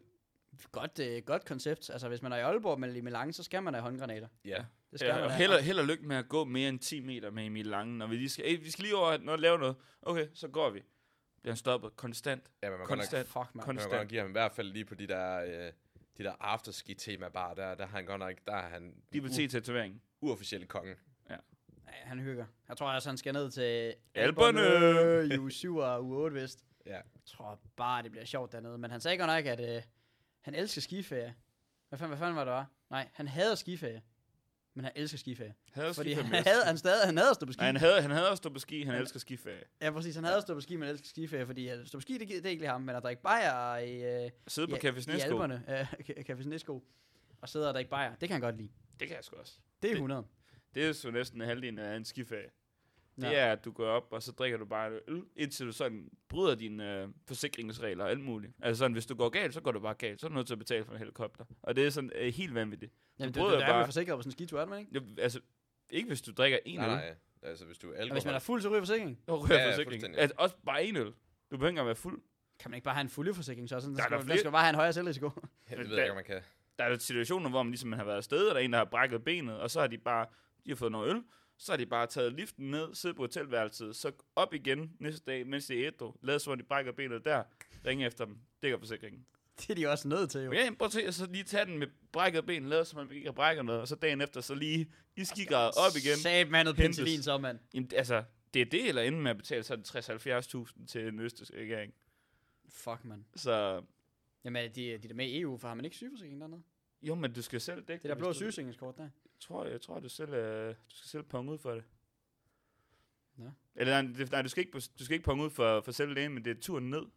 Godt koncept. Altså, hvis man er i Aalborg med Lange, så skal man have håndgranater. Ja. Det skal Ja, man og have. held og lykke med at gå mere end 10 meter med Emil Lange, når vi lige skal, vi skal lige over og lave noget. Okay, så går vi. Bliver han stoppet konstant. Ja, men man Konstant. Fuck, man. kan Konstant. godt give ham i hvert fald lige på de der afterski-tema-bar, der har han godt nok, der er han Liberté-tatoveringen. uofficielle kongen. Ja, han hygger. Jeg tror også, han skal ned til Alperne. i uge 7 og uge 8, vist. Ja. Jeg tror bare, det bliver sjovt dernede. Men han sagde godt nok, at han elsker skiferie. Hvad fanden var det var? Nej, han hader skiferie. Men han elsker skiferie. Fordi han havde at stå på ski. Nej, han havde at stå på ski. Han elsker skiferie. Ja, præcis. Han havde at stå på ski, men elsker skiferie. Fordi at stå på ski, det er ikke lige ham. Men at drikke bajer i Sidde på Café i Snesko. Alperne. Café Snesko. Og sidde og drikke bajer. Det kan han godt lide. Det kan jeg sgu også. Det er 100. Det er så næsten halvdelen af en skiferie. Det er, at du går op, og så drikker du bare øl, indtil du sådan bryder dine forsikringsregler og alt muligt. Altså sådan, hvis du går galt, så går du bare galt. Så er du nødt til at betale for en helikopter. Og det er sådan helt vanvittigt. Jamen, du er bare forsikret på sådan en skitur, er det, ikke? Altså, ikke hvis du drikker en øl. Nej. Altså, hvis du er alkohol. Og hvis man er fuld, så ryger forsikringen? Så ryger forsikringen. Altså, også bare en øl. Du behøver ikke engang være fuld. Kan man ikke bare have en fuldeforsikring, så sådan, der skal bare have en højere selvrisiko? Ja, det ved jeg ikke, om man kan. Der er situationer, hvor man ligesom har været afsted, og der er en, der har brækket benet, og så har de har fået noget øl, så har de bare taget liften ned, siddet på hotelværelset, så op igen næste dag, mens de er ædru, lavet så, de brækker benet der, ringe efter dem, dækker forsikringen. Det er de også nødt til, jo. Ja, prøv at så lige tage den med brækket ben, lavet så man ikke har brækket noget, og så dagen efter, så lige i skigradet op igen. Sat mandet penicillin så, mand. Jamen, altså, det er det, eller enden med at betale sådan 60-70.000 til en østrigsk regering. Fuck, mand. Så... Jamen, de er der med i EU, for har man ikke sygeforsikring dernede? Jo, men du skal selv dække det. Der blå sygesikringskort der. Jeg tror, du skal selv ponge ud for det. Ja. Eller nej, du skal ikke ponge ud for selv lægen, men det er turen ned.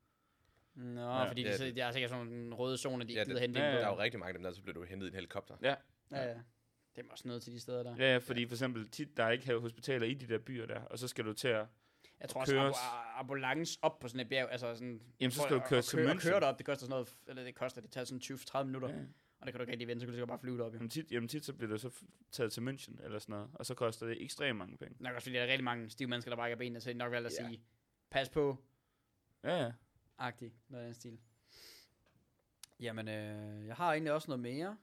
Nå, fordi de har sikkert sådan en røde zone, de ikke gider hente ind på. Der er jo rigtig mange af dem der, så bliver du hentet i en helikopter. Ja. Det er også noget til de steder der. Ja, fordi for eksempel tit, der er ikke hospitaler i de der byer der, og så skal du til at jeg tror også, ambulance op på sådan et bjerg, altså sådan... Jamen, så skal du køre til München. Køre derop, det koster sådan noget, eller det tager sådan 20-30 minutter. Ja. Og det kan du ikke rigtig vente, så kan du bare flyve derop. Jamen tit, så bliver du så taget til München, eller sådan noget, og så koster det ekstremt mange penge. Nok også fordi der er rigtig mange stive mennesker, der brækker benene, så det er nok valgt at sige, pas på. Ja. Agtig, noget af den stil. Jamen, jeg har egentlig også noget mere.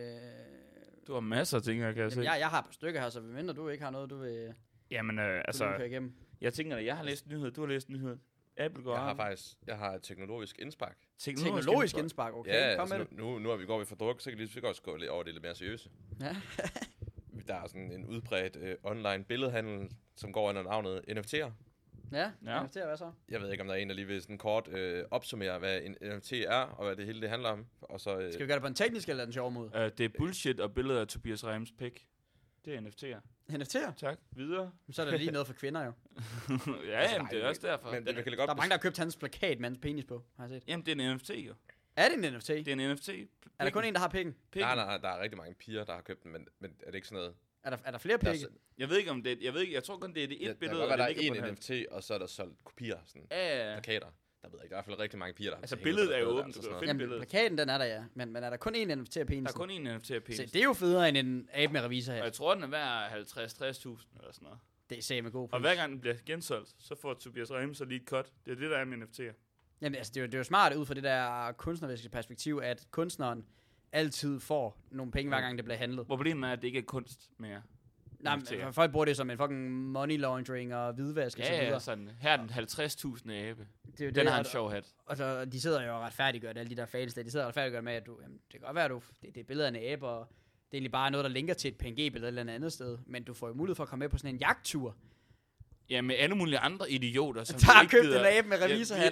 Du har masser af ting, jeg kan se. Jeg har et par stykker her, så mindre du ikke har noget, du vil... Jamen, jeg tænker, at jeg har læst nyhed, du har læst nyhed. Apple går Jeg har et teknologisk indspark. Teknologisk indspark, okay. Ja, kom med altså, nu er vi går for druk, så kan vi også gå over det lidt mere seriøse. Ja. Der er sådan en udbredt online billedhandel, som går under navnet NFT'er. Ja. NFT'er, hvad så? Jeg ved ikke, om der er en, der lige vil sådan kort opsummere, hvad en NFT er, og hvad det hele det handler om. Og så, skal vi gøre det på en teknisk eller en sjov måde? Det er bullshit og billeder af Tobias Reims pik. Det er NFT'er. NFT'er? Tak. Videre. Så er der lige noget for kvinder jo. Jamen, det er også derfor. Men det der er mange, der har købt hans plakat med hans penis på, har jeg set. Jamen, det er en NFT jo. Er det en NFT? Det er en NFT. Er der kun en, der har pikken? Nej, der er rigtig mange piger, der har købt den, men er det ikke sådan noget? Er der flere pikke? Jeg ved ikke om det. Jeg tror kun det er det et billede. Der er en NFT, og så er der solgt kopier, sådan plakater. Der ved jeg ikke, der er i hvert fald rigtig mange piger, der altså billedet er jo åbent, så jamen, plakaten den er der, ja. Men er der kun en NFT af penisen? Der er kun en NFT af penisen. Så det er jo federe end en abe med revisor her. Og jeg tror, den er værd 50-60.000 eller sådan noget. Det er sagde god pris. Og hver gang den bliver gensolgt, så får Tobias Reims så lige et cut. Det er det, der er med NFT'er. Jamen altså, det er jo smart ud fra det der kunstneriske perspektiv, at kunstneren altid får nogle penge, hver gang det bliver handlet. Problemet er, at det ikke er kunst mere. Nej, men folk bruger det som en fucking money laundering og hvidvask og så videre. Ja, sådan. Her er den 50.000 abe. Den har en sjov hat. Og så, de sidder jo og retfærdiggør alle de der fans der. De sidder og retfærdiggør med, at det kan godt være, at det er billeder af en abe, og det er egentlig bare noget, der linker til et PNG-billede eller et andet sted. Men du får jo mulighed for at komme med på sådan en jagttur. Ja, med alle mulige andre idioter, som der har købt en abe med revisorhat.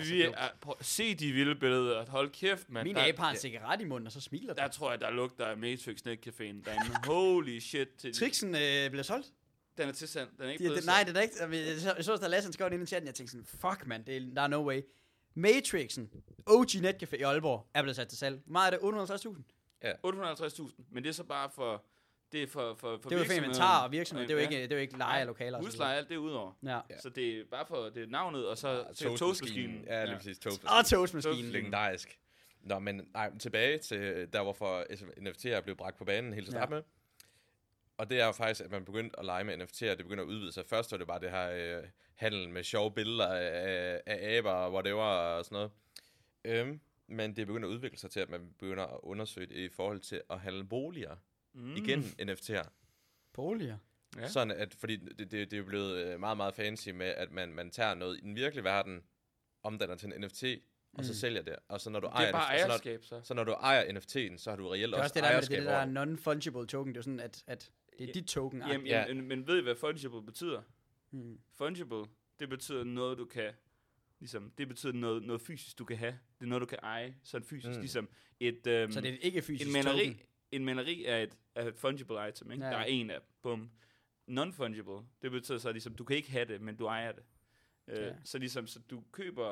Se de vilde billeder. Hold kæft, mand. Min abe har en cigaret i munden, og så smiler der. Der tror jeg, der lugter af Matrix Netcaféen derinde. Holy shit. Trixen bliver solgt? Den er tilsendt. Den er ikke blevet nej, den er ikke. Jeg så, der Lasse skrev ind i chatten, jeg tænkte sådan, fuck, man, der er no way. Matrixen, OG Netcafé i Aalborg, er blevet sat til salg. Hvor meget er det? 850.000? Ja. 850.000, men det er så bare for... Det er for det er jo for inventar og virksomhed, det er jo ikke leje af lokaler. Husleje, alt det udover. Ja. Så det er bare for det er navnet, og så toastmaskinen. Ja, lige præcis, toastmaskinen. Og toastmaskinen. Legendarisk. Nå, men tilbage til der, hvorfor NFT er blevet bragt på banen helt til start med. Og det er jo faktisk, at man begyndte at lege med NFT'er, det begynder at udvide sig. Først var det bare det her handel med sjove billeder af aber og whatever og sådan noget. Men det begynder at udvikle sig til, at man begynder at undersøge det i forhold til at handle boliger. Igen NFT'er. Boliger? Ja. Sådan at, fordi det er jo blevet meget, meget fancy med, at man tager noget i den virkelige verden, omdanner til en NFT, og så sælger det. Og så når du ejer, det er bare ejerskab, så når du ejer NFT'en, så har du reelt også ejerskab. Det er det der non-fungible token, det er sådan, at det er dit token. Men ved I, hvad fungible betyder? Fungible, det betyder noget, du kan... Ligesom, det betyder noget fysisk, du kan have. Det er noget, du kan eje, sådan fysisk. Ligesom et... så det er ikke fysisk token? En maleri er et fungible item, ikke? Ja. Der er en af dem. Non-fungible, det betyder så ligesom, du kan ikke have det, men du ejer det. Så ligesom, så du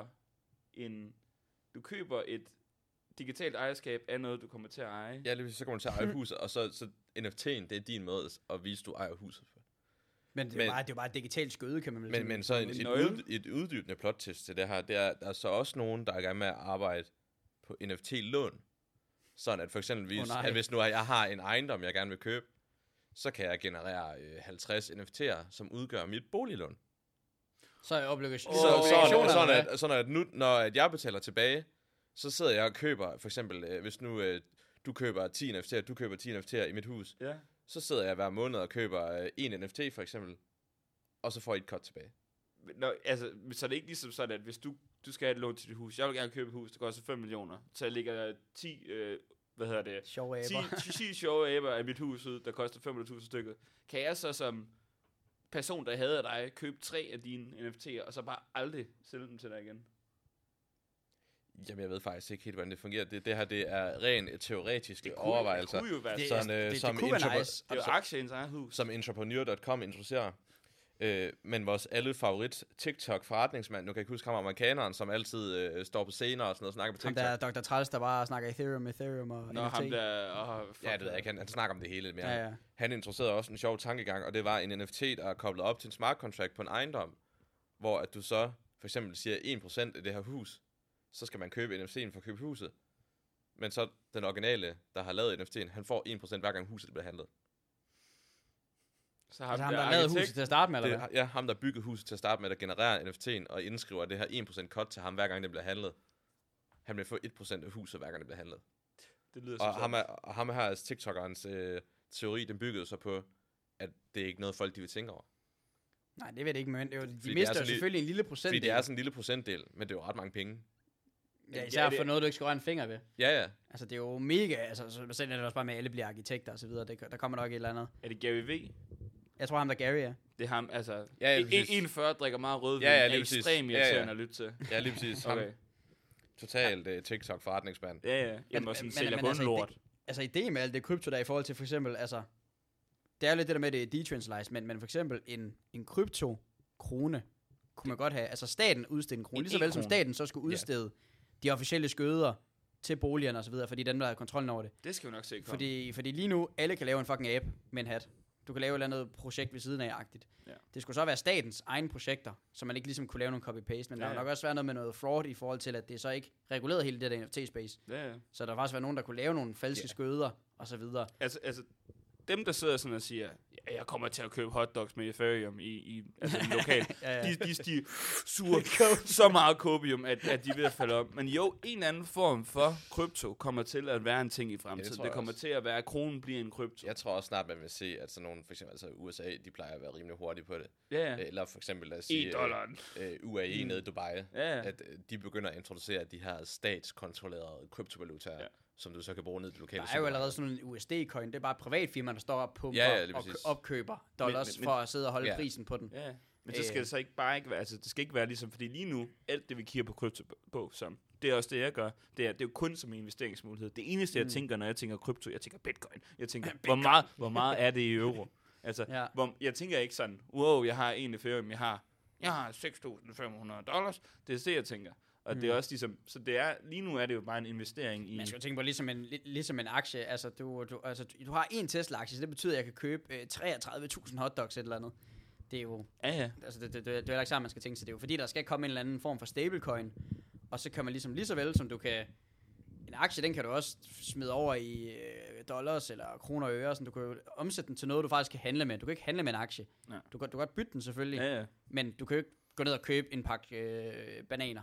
køber et digitalt ejerskab af noget, du kommer til at eje. Ja, så kommer du til at eje huset, og så NFT'en, det er din måde at vise, du ejer huset for. Men det er jo bare et digitalt skøde, kan man vel sige. Men så et uddybende plot-test til det her, det er, der er så også nogen, der er i gang med at arbejde på NFT-lån. Sådan at for eksempel, at hvis nu jeg har en ejendom, jeg gerne vil købe, så kan jeg generere 50 NFT'er, som udgør mit boliglån. Så er Sådan at nu, når jeg betaler tilbage, så sidder jeg og køber, for eksempel, hvis nu du køber 10 NFT'er, du køber 10 NFT'er i mit hus, så sidder jeg hver måned og køber en NFT for eksempel, og så får jeg et cut tilbage. Nå, altså, så er det ikke ligesom sådan, at hvis du skal have et lån til dit hus, jeg vil gerne købe et hus, det koster 5 millioner, så jeg lægger 10, sjove aber. 10 sjove aber af mit hus ud, der koster 500.000 stykket. Kan jeg så som person, der hader dig, købe 3 af dine NFT'er, og så bare aldrig sælge dem til dig igen? Jamen, jeg ved faktisk ikke helt, hvordan det fungerer. Det her, det er rent teoretiske overvejelser. Det kunne jo være det kunne være nice. Det er jo aktie i ens eget hus. Som entrepreneur.com introducerer. Men vores alle favorit TikTok forretningsmand, nu kan jeg ikke huske ham, amerikaneren, som altid står på scener og sådan noget og snakker på TikTok. Ham der Dr. Træls, der bare snakker Ethereum og NFT. Ham der... det ved jeg ikke. Han snakker om det hele. Men han introducerede også en sjov tankegang, og det var en NFT, der er koblet op til en smart contract på en ejendom, hvor at du så for eksempel siger 1% af det her hus, så skal man købe NFT'en for at købe huset. Men så den originale, der har lavet NFT'en, han får 1% hver gang huset bliver handlet. Så ham der lavede huset til at starte med, eller hvad? Ja, ham der byggede huset til at starte med, der genererer NFT'en og indskriver det her 1% cut til ham, hver gang det bliver handlet. Han vil få 1% af huset, hver gang det bliver handlet. Det lyder og ham her, TikTokerens teori, den byggede så på, at det er ikke noget folk, de vil tænke over. Nej, det ved det ikke, men de mister jo selvfølgelig en lille procentdel. Fordi det er sådan en lille procentdel, men det er jo ret mange penge. Ja, især for noget, du ikke skal røre en finger ved. Ja. Altså, det er jo mega, altså, så selv er det også bare med, at alle bliver arkitekter og så videre. Der kommer nok et eller andet. Er det Gary V? Jeg tror ham, der Gary er. Det er ham, altså... Ja, 41 drikker meget rødvin, er ekstremt irriterende at lytte til. Ja, lige præcis. Okay. Totalt TikTok-forretningsmand. Ja. Jamen, og sådan sælger kun lort. Altså, ideen med alt det krypto, der i forhold til for eksempel, altså... Det er jo lidt det der med, det er decentralized, men for eksempel en krypto-krone kunne man godt have. Altså, staten udstede en krone, lige så vel som staten så skulle udstede de officielle skøder til boligerne og så videre, fordi den der har kontrollen over det. Det skal vi nok se komme. Fordi lige nu, alle kan lave en fucking app med en hat. Du kan lave et eller andet projekt ved siden af-agtigt. Ja. Det skulle så være statens egne projekter, så man ikke ligesom kunne lave nogle copy-paste, men der vil nok også være noget med noget fraud i forhold til, at det så ikke reguleret hele det der NFT-space. Ja. Så der faktisk være nogen, der kunne lave nogle falske skøder og så videre. Altså dem, der sidder sådan og siger, ja, jeg kommer til at købe hotdogs med Ethereum i lokal, de suger så meget kopium, at de er ved at falde om. Men jo, en anden form for krypto kommer til at være en ting i fremtiden. Ja, det kommer til at være, at kronen bliver en krypto. Jeg tror også snart, man vil se, at sådan nogle, for eksempel altså USA, de plejer at være rimelig hurtige på det. Ja. Eller for eksempel, lad os sige, UAE nede i Dubai, at de begynder at introducere de her statskontrollerede kryptovalutaer. Som du så kan bruge ned i det lokale. Der er jo allerede sådan en USD-coin. Det er bare privatfirmaer, der står op på og opkøber dollars for at sidde og holde prisen på den. Ja. Men så skal det så ikke bare ikke være, altså det skal ikke være ligesom, fordi lige nu, alt det vi kigger på krypto på, som det er også det, jeg gør, det er jo kun som en investeringsmulighed. Det eneste, jeg tænker, når jeg tænker krypto, jeg tænker bitcoin. Jeg tænker, hvor meget er det i euro? Altså, jeg tænker ikke sådan, wow, jeg har en Ethereum, jeg har $6,500. Det er det, jeg tænker. Og det er også ligesom, så det er, lige nu er det jo bare en investering i... Man skal jo tænke på ligesom en aktie, altså du har en Tesla-aktie, så det betyder, at jeg kan købe 33.000 hotdogs et eller andet. Det er jo... Ja. Altså det er jo ikke sammen, man skal tænke sig. Det er jo fordi, der skal komme en eller anden form for stablecoin, og så kan man ligesom lige så vel, som du kan... En aktie, den kan du også smide over i dollars eller kroner og øre, så du kan jo omsætte den til noget, du faktisk kan handle med. Du kan ikke handle med en aktie. Ja. Du kan godt bytte den selvfølgelig, men du kan jo ikke gå ned og købe en pakke bananer.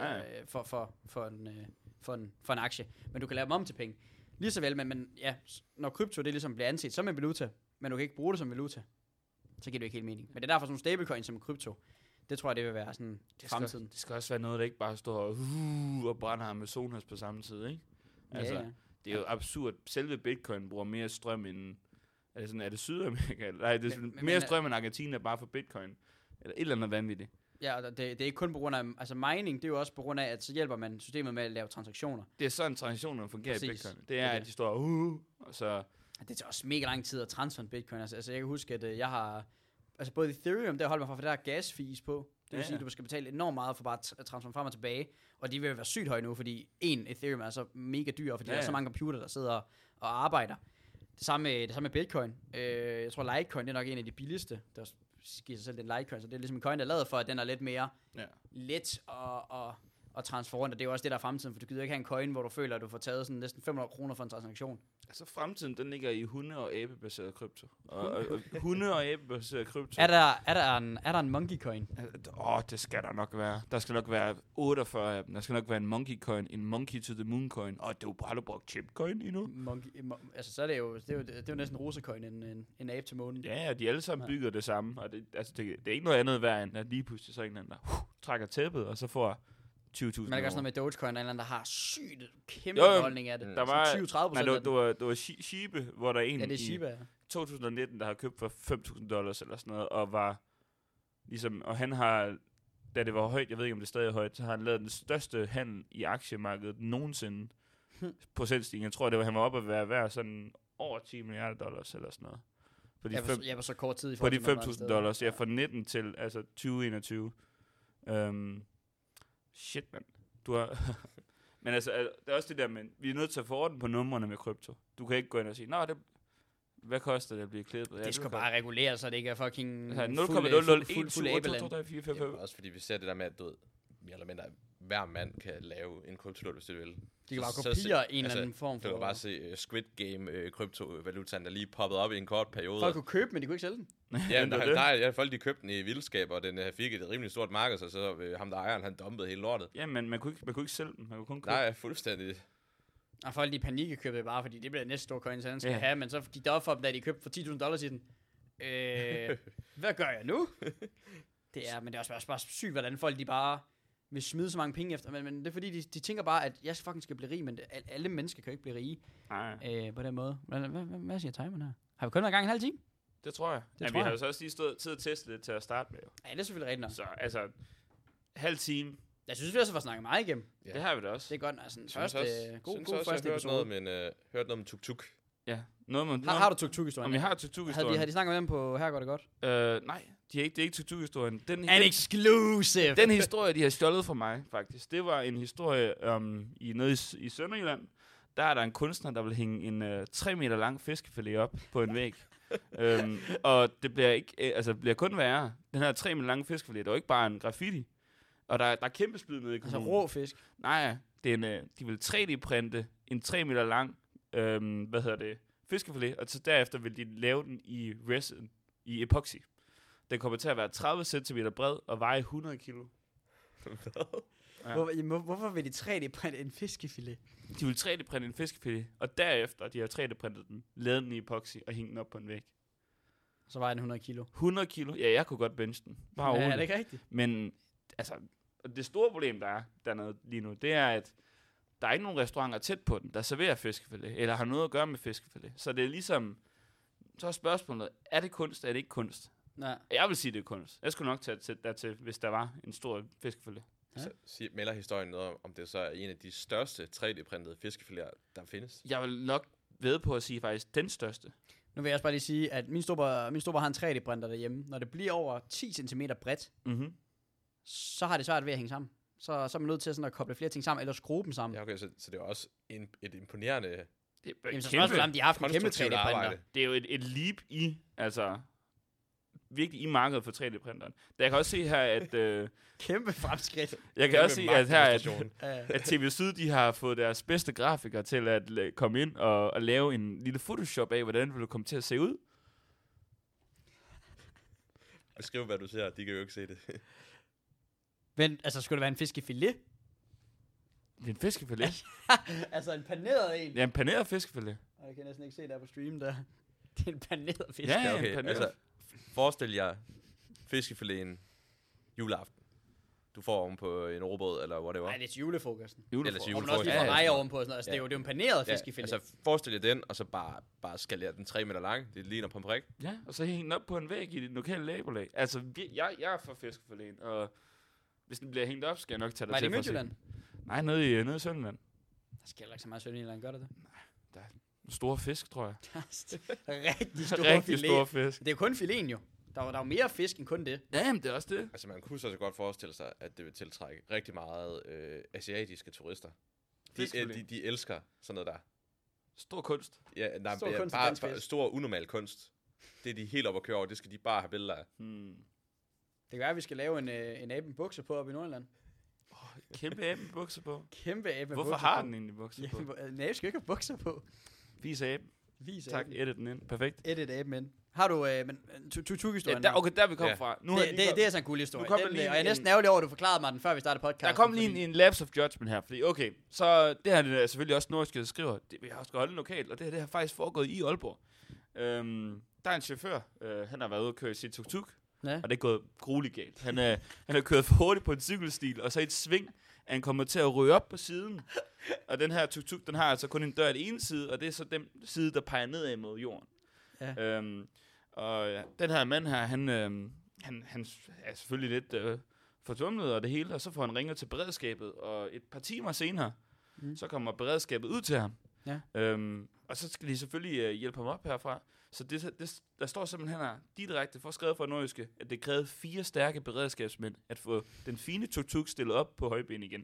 For en aktie. Men du kan lave dem om til penge. Lige så vel, men ja, når krypto det ligesom bliver anset som en valuta, men du kan ikke bruge det som valuta, så giver det ikke helt mening. Men det er derfor sådan nogle stablecoins som krypto. Det tror jeg, det vil være sådan fremtiden. Det skal også være noget, der ikke bare står og brænder Amazonas på samme tid, ikke? Altså, det er jo absurd. Selve Bitcoin bruger mere strøm end... Er det Sydamerika? Nej, det er mere strøm end Argentina bare for Bitcoin. Eller et eller andet vanvittigt. Ja, og det er ikke kun på grund af, altså mining, det er jo også på grund af, at så hjælper man systemet med at lave transaktioner. Det er sådan transaktionerne fungerer i Bitcoin. Det er, at de står og så... Det tager også mega lang tid at transfere en Bitcoin. Altså jeg kan huske, at jeg har, altså både Ethereum, der holder mig for der gas fees på. Det vil sige, at du skal betale enormt meget for bare at transformere frem og tilbage. Og de vil være sygt høje nu, fordi en Ethereum er så mega dyr, fordi der er så mange computer, der sidder og arbejder. Det samme med Bitcoin. Jeg tror Litecoin, det er nok en af de billigste. Der give sig selv den Litecoin, så det er ligesom en coin, der er lavet for, at den er lidt mere Ja. let og transfer rundt, og det er jo også det, der er fremtiden, for du gider ikke have en coin, hvor du føler, at du får taget sådan næsten 500 kroner for en transaktion. Altså fremtiden, den ligger i hunde- og abebaseret krypto. Og hunde- og abebaseret krypto. Er der en monkey coin? Det skal der nok være. Der skal nok være 48 af dem. Der skal nok være en monkey coin, en monkey to the moon coin. Og har du brugt chip coin endnu? Altså, så er det jo næsten en rosecoin, en abe til månen. Ja, de alle sammen bygger det samme. Og det er ikke noget andet værd, end at lige pludselig så en eller anden, der trækker tæppet, og så får 20.000 Men der er også noget med Dogecoin, der er en eller anden, der har sygt kæmpe holdning af det. Der var 20-30%. det var Shiba, hvor der er en ja, det er Shiba, ja. 2019, der har købt for $5,000 eller sådan noget, og var ligesom, og han har, da det var højt, jeg ved ikke om det er stadig højt, så har han lavet den største handel i aktiemarkedet nogensinde. Procentstigning. Jeg tror, han var oppe at være værd sådan over $10 milliarder eller sådan noget. Jeg var så kort tid i på de $5,000, ja, fra 19 til altså 2021. Shit, mand. Du har men altså, der er også det der, men vi er nødt til at få orden på numrene med krypto. Du kan ikke gå ind og sige, hvad koster det at blive klippet? Det skal bare regulere, så det ikke er fucking 0,001, også fordi vi ser det der med, at du ved, mere eller mindre, hver mand kan lave en kryptovaluta, hvis det vil. De kan bare kopiere en eller anden form for... Du kan bare se Squid Game kryptovalutaen, der lige poppet op i en kort periode. Folk kunne købe, men de kunne ikke sælge den. Ja, der folk de købte den i vildskab, og den fik et rimelig stort marked, så ham der ejeren, han dumpede hele lortet. Ja, men man kunne ikke sælge den, man kunne kun købe. Nej, fuldstændig. Og folk de panikekøbte det bare, fordi det bliver næste store coin, så han skal have, men så gik det op for dem, da de købte for $10,000 i den. Hvad gør jeg nu? Men det er også bare sygt, hvordan folk de bare vil smide så mange penge efter, men det er fordi, de tænker bare, at jeg fucking skal blive rig, men alle mennesker kan jo ikke blive rige på den måde. Hvad siger timeren her? Har vi kun været i gang en halv time? Det tror jeg. Vi har jo så også lige stået tid at teste det til at starte med. Ja, det er selvfølgelig rigtigt nok. Så altså, halv time. Jeg synes, vi også har snakket meget igennem. Ja. Det har vi da også. Det er godt, altså god første episode. Jeg hørt noget om tuk-tuk. Ja. Har du tuk-tuk-historien? Om jeg har tuk-tuk-historien. Har de snakket med dem på Her går det godt? Nej, det er ikke tuk-tuk-historien. An exclusive! Den historie, de har stjålet fra mig, faktisk. Det var en historie i Sønderjylland. Der er der en kunstner, der vil hænge en 3 meter lang fiskefilet op på en væg. Og det bliver ikke, bliver kun værre. Den her 3 meter lange fiskefilet, det er jo ikke bare en graffiti. Og der er kæmpe spyd nede i kommunen. Altså rå fisk? Nej, de vil 3D-printe en 3 meter lang fiskefilet, og så derefter vil de lave den i resin, i epoxy. Den kommer til at være 30 cm bred og veje 100 kilo. Ja. Hvorfor vil de 3D-printe en fiskefilet? De vil 3D-printe en fiskefilet, og derefter, de har 3D-printet den, lavet den i epoxy og hængt den op på en væg. Så vejer den 100 kilo? 100 kilo? Ja, jeg kunne godt benche den. Bare ja, det er ikke rigtigt. Men altså, det store problem, der er dernede lige nu, det er, at der er ikke nogen restauranter tæt på den, der serverer fiskefilet, eller har noget at gøre med fiskefilet. Så det er ligesom, så er spørgsmålet, er det kunst, er det ikke kunst? Nej. Jeg vil sige, det er kunst. Jeg skulle nok tage det dertil, hvis der var en stor fiskefilet. Ja. Så melder historien noget om det så er en af de største 3D-printede fiskefileter, der findes? Jeg vil nok ved på at sige faktisk den største. Nu vil jeg også bare lige sige, at min storebror har en 3D-printer derhjemme. Når det bliver over 10 cm bredt, så har det svært ved at hænge sammen. Så er man nødt til sådan at koble flere ting sammen, eller skrue dem sammen. Ja, okay, så det er også et imponerende... Jamen, så spørgsmålet de har haft en kæmpe 3D-printer. Det er jo et leap i, virkelig i markedet for 3D-printeren. Der jeg kan også se her, at... kæmpe fremskridt. Jeg kan også se, at her, at TV Syd, de har fået deres bedste grafikere til at komme ind og lave en lille Photoshop af, hvordan vil du komme til at se ud. Beskriv, hvad du ser. De kan jo ikke se det. Men, skulle det være en fiskefilet? En fiskefilet? Altså en paneret en? Ja, en paneret fiskefilet. Jeg kan næsten ikke se der på streamen der. Det er en paneret fisk. Ja, okay. Altså, forestil jer fiskefileten juleaften. Du får oven på en robåd, eller whatever. Nej, det er til julefrokosten. Eller til julefrokosten. Og også lige får rejer ovenpå og sådan noget. Altså, det er jo en paneret fiskefilet. Altså, forestil jer den, og så bare skalere den 3 meter lang. Det ligner på en prik. Ja, og så hænge den op på en væg i det lokale nabolag. Altså, jeg er for fiskefileten, og hvis den bliver hængt op, skal jeg nok tage det til. Var det i Midtjylland? Nej, nede i Sønderjylland. Der sker ikke så meget Sønderjylland, gør det? Nej, der er store fisk, tror jeg. Rigtig store fisk. Det er jo kun fileten jo. Der er jo mere fisk end kun det. Ja, men det er også det. Altså, man kunne så godt forestille sig, at det vil tiltrække rigtig meget asiatiske turister. De elsker sådan noget der. Stor kunst. Ja, bare stor unormal kunst. Det er de helt op at køre over. Det skal de bare have billeder af. Det kan være, at vi skal lave en abe med bukser på op i Nordjylland. Kæmpe abe med bukser på. Kæmpe abe med Hvorfor bukser har på. den egentlig bukser på? En abe skal ikke have bukser på. Vis abe. Vis Tak, aben. edit den ind. Perfekt. Edit abe, men. Har du tuk-tuk-historien? Ja, okay, der er vi kommet Ja. fra. Nu Det er sådan en cool historie. Nu kom der lige Og jeg er en- næsten ærgerlig over, at du forklarede mig den, før vi startede podcast. Der kom lige en lapse of judgment her, fordi okay, så det her det er selvfølgelig også Nordisk, der skriver, vi har også holdt lokalt, og det har faktisk foregået i Aalborg. Der er en chauffør, han har været ude og køre i sit tuk-tuk, Ja. og det er gået grueligt galt. Han har kørt for hurtigt på en cykelstil, og så i et sving, er han kommer til at ryge op på siden. Og den her tuk-tuk, den har altså kun en dør af den ene side, og det er så den side, der peger nedad mod jorden. Ja. Den her mand her, han er selvfølgelig lidt fortumlet og det hele, og så får han ringet til beredskabet, og et par timer senere, så kommer beredskabet ud til ham. Ja. Og så skal de selvfølgelig hjælpe ham op herfra. Så der står simpelthen her direkte forskrevet fra Nordjyske, at det krævede 4 stærke beredskabsmænd at få den fine tuk-tuk stillet op på højben igen.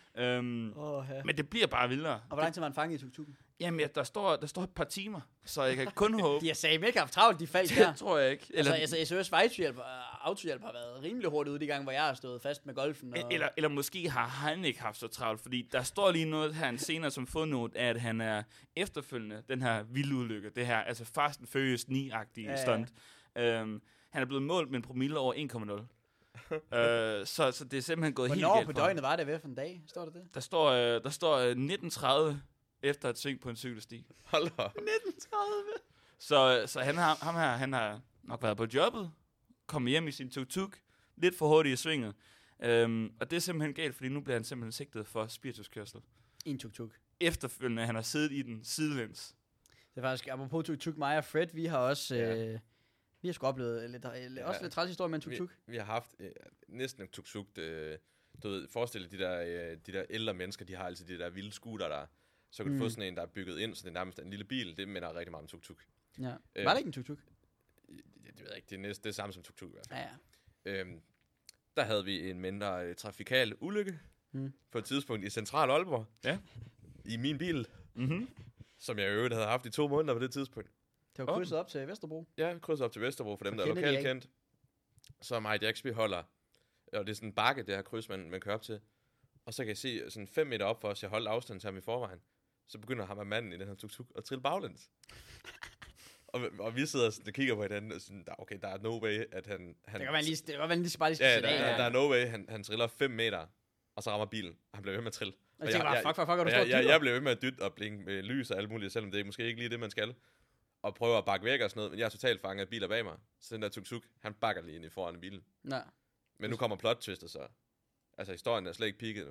Men det bliver bare vildere. Og hvor lang tid var han fanget i tuk-tukken? Jamen, der står et par timer, så jeg kan kun håbe. De har sagt, ikke haft travlt, de faldt der. Det tror jeg ikke. Altså SOS Vejhjælp og Autohjælp har været rimelig hurtigt ude de gange, hvor jeg har stået fast med golfen. Og... Eller måske har han ikke haft så travlt, fordi der står lige noget her en senere som fodnote, at han er efterfølgende den her vilde ulykke, det her, altså Fast and Furious 9-agtige stunt. Han er blevet målt med en promille over 1,0. Så det er simpelthen gået helt galt. Hvornår på døgnet var det ved for en dag? Står der det? Der står 19:30 efter et sving på en cykelsti. Hold op. 19:30? Så han har nok været på jobbet, kommet hjem i sin tuk-tuk, lidt for hurtigt i svinget. Og det er simpelthen galt, fordi nu bliver han simpelthen sigtet for spirituskørsel. I en tuk-tuk. Efterfølgende, han har siddet i den sidelæns. Det er faktisk, apropos tuk-tuk, mig og Fred, vi har også... Vi har sgu oplevet også lidt træls historie med en tuk-tuk. Vi har haft næsten en tuk-tuk. Du ved, forestil dig, de der ældre mennesker, de har altid de der vilde scooter der. Så kan du få sådan en, der er bygget ind, så det er nærmest en lille bil. Det minder rigtig meget om tuk-tuk. Ja. Var det ikke en tuk-tuk? Det ved jeg ikke. Det er samme som tuk-tuk i hvert fald. Ja. Der havde vi en mindre trafikal ulykke på et tidspunkt i Central Aalborg. Ja. I min bil. Mm-hmm. Som jeg i øvrigt havde haft i 2 måneder på det tidspunkt. Det var krydset op til Vesterbro. Ja, krydset op til Vesterbro, for dem, Så der er kender de lokalt ikke. kendt. Så mig og Jax, vi holder, og det er sådan en bakke, det her kryds, man kører op til. Og så kan jeg se sådan 5 meter op for os, jeg holdt afstand til ham i forvejen. Så begynder ham og manden i den her tuk-tuk at trille baglæns. og vi sidder sådan og kigger på hinanden, og sådan, der er no way, at han Det kan man lige bare lige skal ja, sætte af. der er no way, han triller 5 meter, og så rammer bilen, og han bliver ved med at trille. Og jeg tænker bare, fuck, og du står og jeg blev ved med at dytte og blinke med lys og alt muligt, selvom det er måske ikke lige det, man skal. Og prøver at bakke væk og sådan noget, men jeg er totalt fanget af biler bag mig. Så den der tuk-tuk, han bakker lige ind i foran bilen. Nej. Men nu kommer plot twister så. Altså historien er slet ikke peaked nu.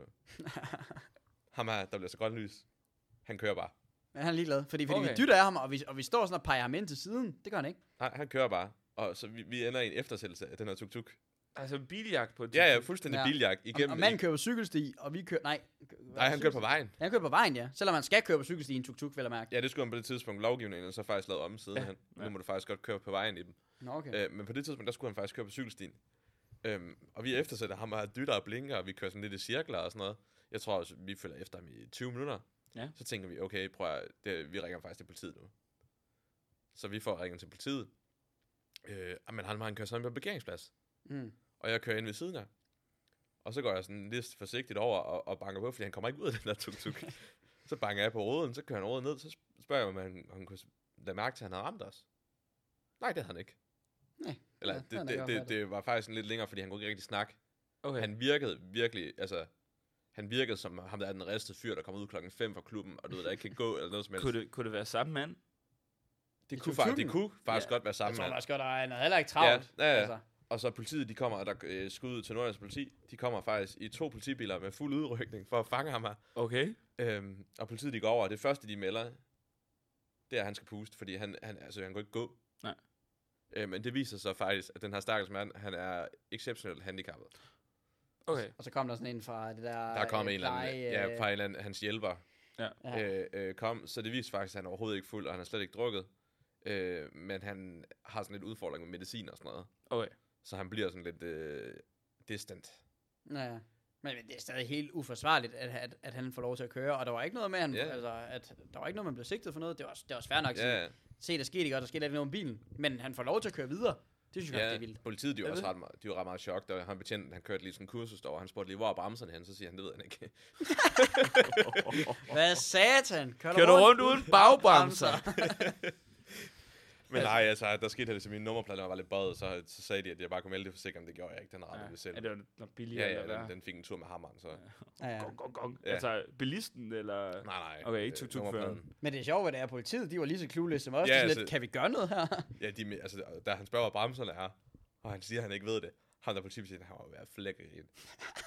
Ham her, der bliver så grønt lys. Han kører bare. Men han er ligeglad, fordi Okay. vi dytter af ham, og vi står sådan og peger ham ind til siden. Det gør han ikke. Nej, han kører bare. Og så vi ender i en eftersættelse af den her tuk-tuk. Altså biljagt på et Ja, fuldstændig Ja. biljagt igennem. Og manden kører på cykelsti, og vi kører... Nej, Nej, han kører på vejen. Han kører på vejen, ja. Selvom man skal køre på cykelsti i en tuk-tuk, vil jeg mærke. Ja, det skulle han på det tidspunkt lovgivningen, og så faktisk lavet om siden Ja. hen. Ja. Nu må du faktisk godt køre på vejen i dem. Nå, okay. Men på det tidspunkt, der skulle han faktisk køre på cykelstien. Og vi eftersætter ham og har dytter og blinker, og vi kører sådan lidt i cirkler og sådan noget. Jeg tror også, vi følger efter ham i 20 minutter. Ja. Så tænker vi, okay, vi ringer faktisk til politiet nu. Så vi får ringet til politiet. Men han kører sådan på parkeringsplads. Og jeg kører ind ved siden af. Og så går jeg sådan lidt forsigtigt over og banker på, fordi han kommer ikke ud af den der tuk-tuk. Så banker jeg på ruden, så kører han ruden ned, så spørger jeg, om han kunne lade mærke til, at han havde ramt os. Nej, det havde han ikke. Nej. Eller Ja, det havde han ikke det var faktisk en lidt længere, fordi han kunne ikke rigtig snakke. Okay. Han virkede virkelig, altså... Han virkede som ham, der er den ristede fyr, der kommer ud 5:00 fra klubben, og du ved, der ikke kan gå eller noget som helst. Kunne det være samme mand? Det kunne faktisk godt være Jeg samme tror mand. faktisk godt, at han havde heller ikke travlt. Ja. Altså. Og så politiet, de kommer, og der skud ud til Nordjyllands politi. De kommer faktisk i 2 politibiler med fuld udrykning for at fange ham her. Okay. Og politiet, de går over, og det første, de melder, det er, at han skal puste, fordi han kan ikke gå. Nej. Men det viser sig faktisk, at den her stakkels mand, han er exceptionelt handicappet. Okay. Og så kom der sådan en fra det der... Der kom en eller anden, fra en eller anden, hans hjælper, Ja. kom, så det viser faktisk, at han er overhovedet ikke fuld, og han har slet ikke drukket. Men han har sådan lidt udfordring med medicin og sådan noget. Okay. Så han bliver sådan lidt distant. Ja. Men det er stadig helt uforsvarligt, at han får lov til at køre. Og der var ikke noget med, at der var ikke noget, man blev sigtet for noget. Det var fair nok at sige. Ja, se, der skete ikke, og der skete ikke noget om bilen. Men han får lov til at køre videre. Det synes jeg faktisk, det er vildt. Politiet, de var også ret meget chok, da han betjente, han kørte lige sådan en kursus derovre, han spurgte lige, hvor er bremserne hen, så siger han, det ved han ikke. Hvad satan? Kører du rundt uden bagbremser? Men nej, altså, der skete det, så min nummerplade var lidt bøjet, så sagde de, at jeg bare kunne melde det for sikkerheden, det gjorde jeg ikke, den rettede det selv. Ja, det var noget billigere. Ja, den fik en tur med hammeren, så. Ja. Gong. Ja. Altså, bilisten, eller? Nej. Okay, ikke tuk-tuk-føreren. Men det er sjovt, at det er politiet, de var lige så clueless som os. Ja, Lidt, altså, kan vi gøre noget her? Ja, altså, da han spørger, hvor bremserne er, og han siger, at han ikke ved det, ham der politibetjent, han var ved at flække i en.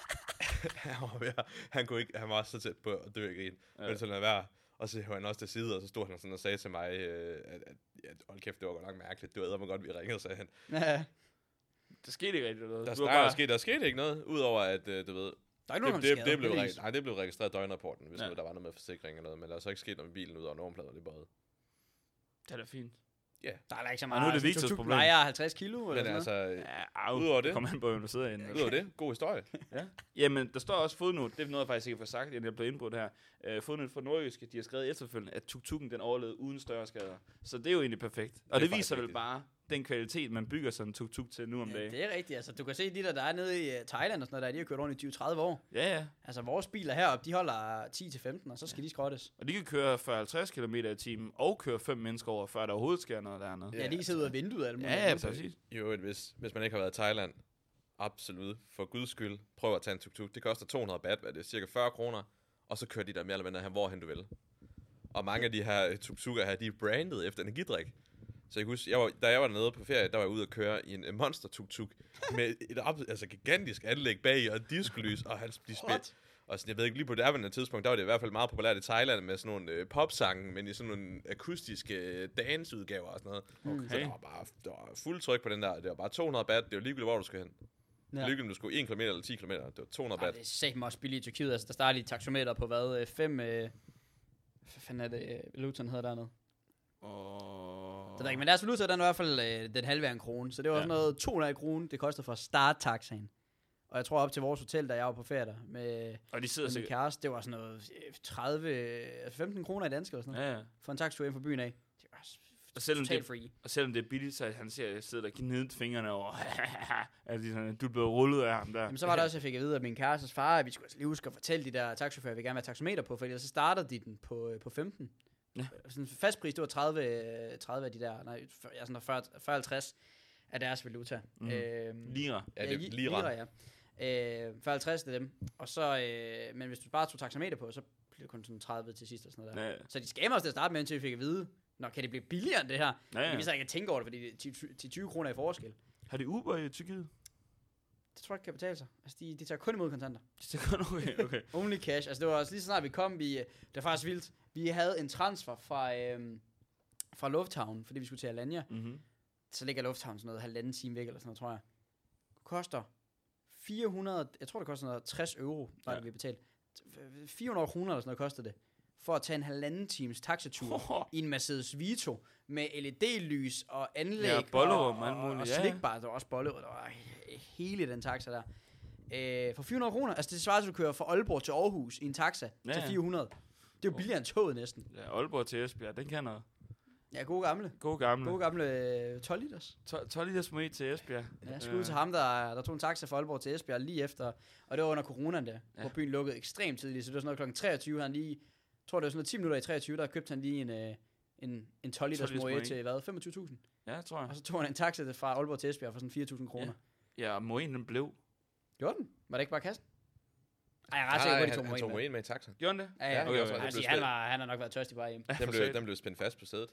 Han var så tæt på at dø i grin. Men sådan at være. Og så hører han også til side, og så stod han sådan og sagde til mig, at hold kæft, det var godt nok mærkeligt. Det var eddermame godt, vi ringede, sagde han. Ja. Der skete ikke rigtig noget. Der skete ikke noget, udover at, du ved, Der er ikke nogen, det blev registreret i døgnrapporten, hvis der var noget med forsikring og noget, men der er så ikke sket noget med bilen, udover nummerplader, det bøjet. Det er da fint. Ja. Der er ikke så Og meget. nu er det Victors problem. Vejer 50 kilo, eller Men sådan altså, Udover det. Kom han på, hvem der sidder inde. Udover det, god historie. Ja. Jamen, der står også fodnote, det er noget, jeg faktisk ikke har sagt, inden jeg blev indbrudt her. Fodnote fra Nordjyske, de har skrevet efterfølgende, at tuk-tukken den overlevede uden større skader. Så det er jo egentlig perfekt. Og det viser vel bare den kvalitet, man bygger sådan en tuk-tuk til nu om dagen. Det er rigtigt. Altså, du kan se de der er nede i Thailand og sådan noget, de har kørt rundt i 20-30 år. Ja. Altså, vores biler heroppe, de holder 10-15, og så skal de skrottes. Og de kan køre 40-50 km i timen, og køre 5 mennesker over, før der overhovedet sker noget dernede. Ja, de kan sidde ud af vinduet. Eller Ja, præcis. Jo, hvis man ikke har været i Thailand, absolut, for guds skyld, prøv at tage en tuk-tuk. Det koster 200 baht, hvad det er, cirka 40 kroner, og så kører de der mere eller mindre hvorhen du vil. Og mange af de her tuk-tukker her, de er brandet efter energidrik. Så jeg kan huske, da jeg var dernede på ferie, der var jeg ude at køre i en monster tuk-tuk med et gigantisk anlæg bag og diskolys, og de spil. Og sådan, jeg ved ikke, lige på det her tidspunkt, der var det i hvert fald meget populært i Thailand med sådan nogle popsange, men i sådan nogle akustiske danceudgaver og sådan noget. Okay. Så der var fuld tryk på den der. Det var bare 200 baht. Det var ligegyldigt, hvor du skulle hen. Ja. Det var ligegyldigt, om du skulle 1 km eller 10 km. Det var 200 baht. Det er sæt også billigt i Tyrkiet. Altså, der starter de taxometer på hvad? 5... hvad fanden er det? Valutan hedder dernede. Det er ikke, men deres valuta, den er i hvert fald den halve af en krone. Så det var sådan noget 200 kroner, det kostede for at starte taxaen. Og jeg tror op til vores hotel, da jeg var på ferie der med, og de sidder med min kæreste, det var sådan noget 15 kroner i dansk eller sådan noget. Ja. For en taxatur ind fra byen af. Det var totalt free. Og selvom det er billigt, så han siger, at jeg sidder der og gnider fingrene over. Altså, du er blevet rullet af ham der. Jamen, så var der også, jeg fik at vide af min kærestes far, at vi skulle altså lige huske at fortælle de der taxachauffører, at vi gerne vil have taxameter på, for så startede de den på 15. Ja. Sådan en fast pris, det var 30 af de der, nej, sådan 40-50 af deres valuta. Lira. Ja, det er lira. Ja. 50 af dem. Og så, men hvis du bare tog taxameter på, så blev det kun sådan 30 til sidst og sådan noget der. Ja. Så de scammer os til at starte med, indtil vi fik at vide, kan det blive billigere end det her? Ja. Vi så ikke at tænke over det, fordi det er 10-20 kroner i forskel. Har de Uber i Tyrkiet? Det tror jeg ikke kan betale sig. Altså, de tager kun imod kontanter. De tager kun, okay. Only cash. Altså, det var også lige så snart vi kom, det var faktisk vildt. Vi havde en transfer fra Lufthavn, fordi vi skulle til Alanya. Mm-hmm. Så ligger Lufthavn sådan noget halvanden time væk, eller sådan noget, tror jeg. Koster 400, jeg tror det koster noget 60 euro, var det vi betalte. 400 kroner eller sådan noget kostede det, for at tage en halvanden times taxatur i en Mercedes Vito, med LED-lys og anlæg og slikbar. Der var også bollerum, der var hele den taxa der. For 400 kroner, altså det svarer til at du kører fra Aalborg til Aarhus i en taxa til 400. Det er jo billigere end toget næsten. Ja, Aalborg til Esbjerg, den kan noget. Ja, gode gamle 12 liters. 12 liters med til Esbjerg. Ja, skud til ham, der tog en taxa fra Aalborg til Esbjerg lige efter, og det var under coronaen der, hvor byen lukkede ekstremt tidligt, så det var sådan noget klokken 23, han lige, tror det var sådan noget 10 minutter i 23, der købte han lige en 12 liters Moët til hvad, 25.000? Ja, tror jeg. Og så tog han en taxa fra Aalborg til Esbjerg for sådan 4.000 kroner. Ja, og Moët den blev. Gjorde den? Var det ikke bare kassen? Ej, jeg er ret sikker på, at de tog Moët med i taxaen. Gjorde han det? Ja, okay. Han har nok været tørstig bare hjem. Den blev spændt fast på sædet.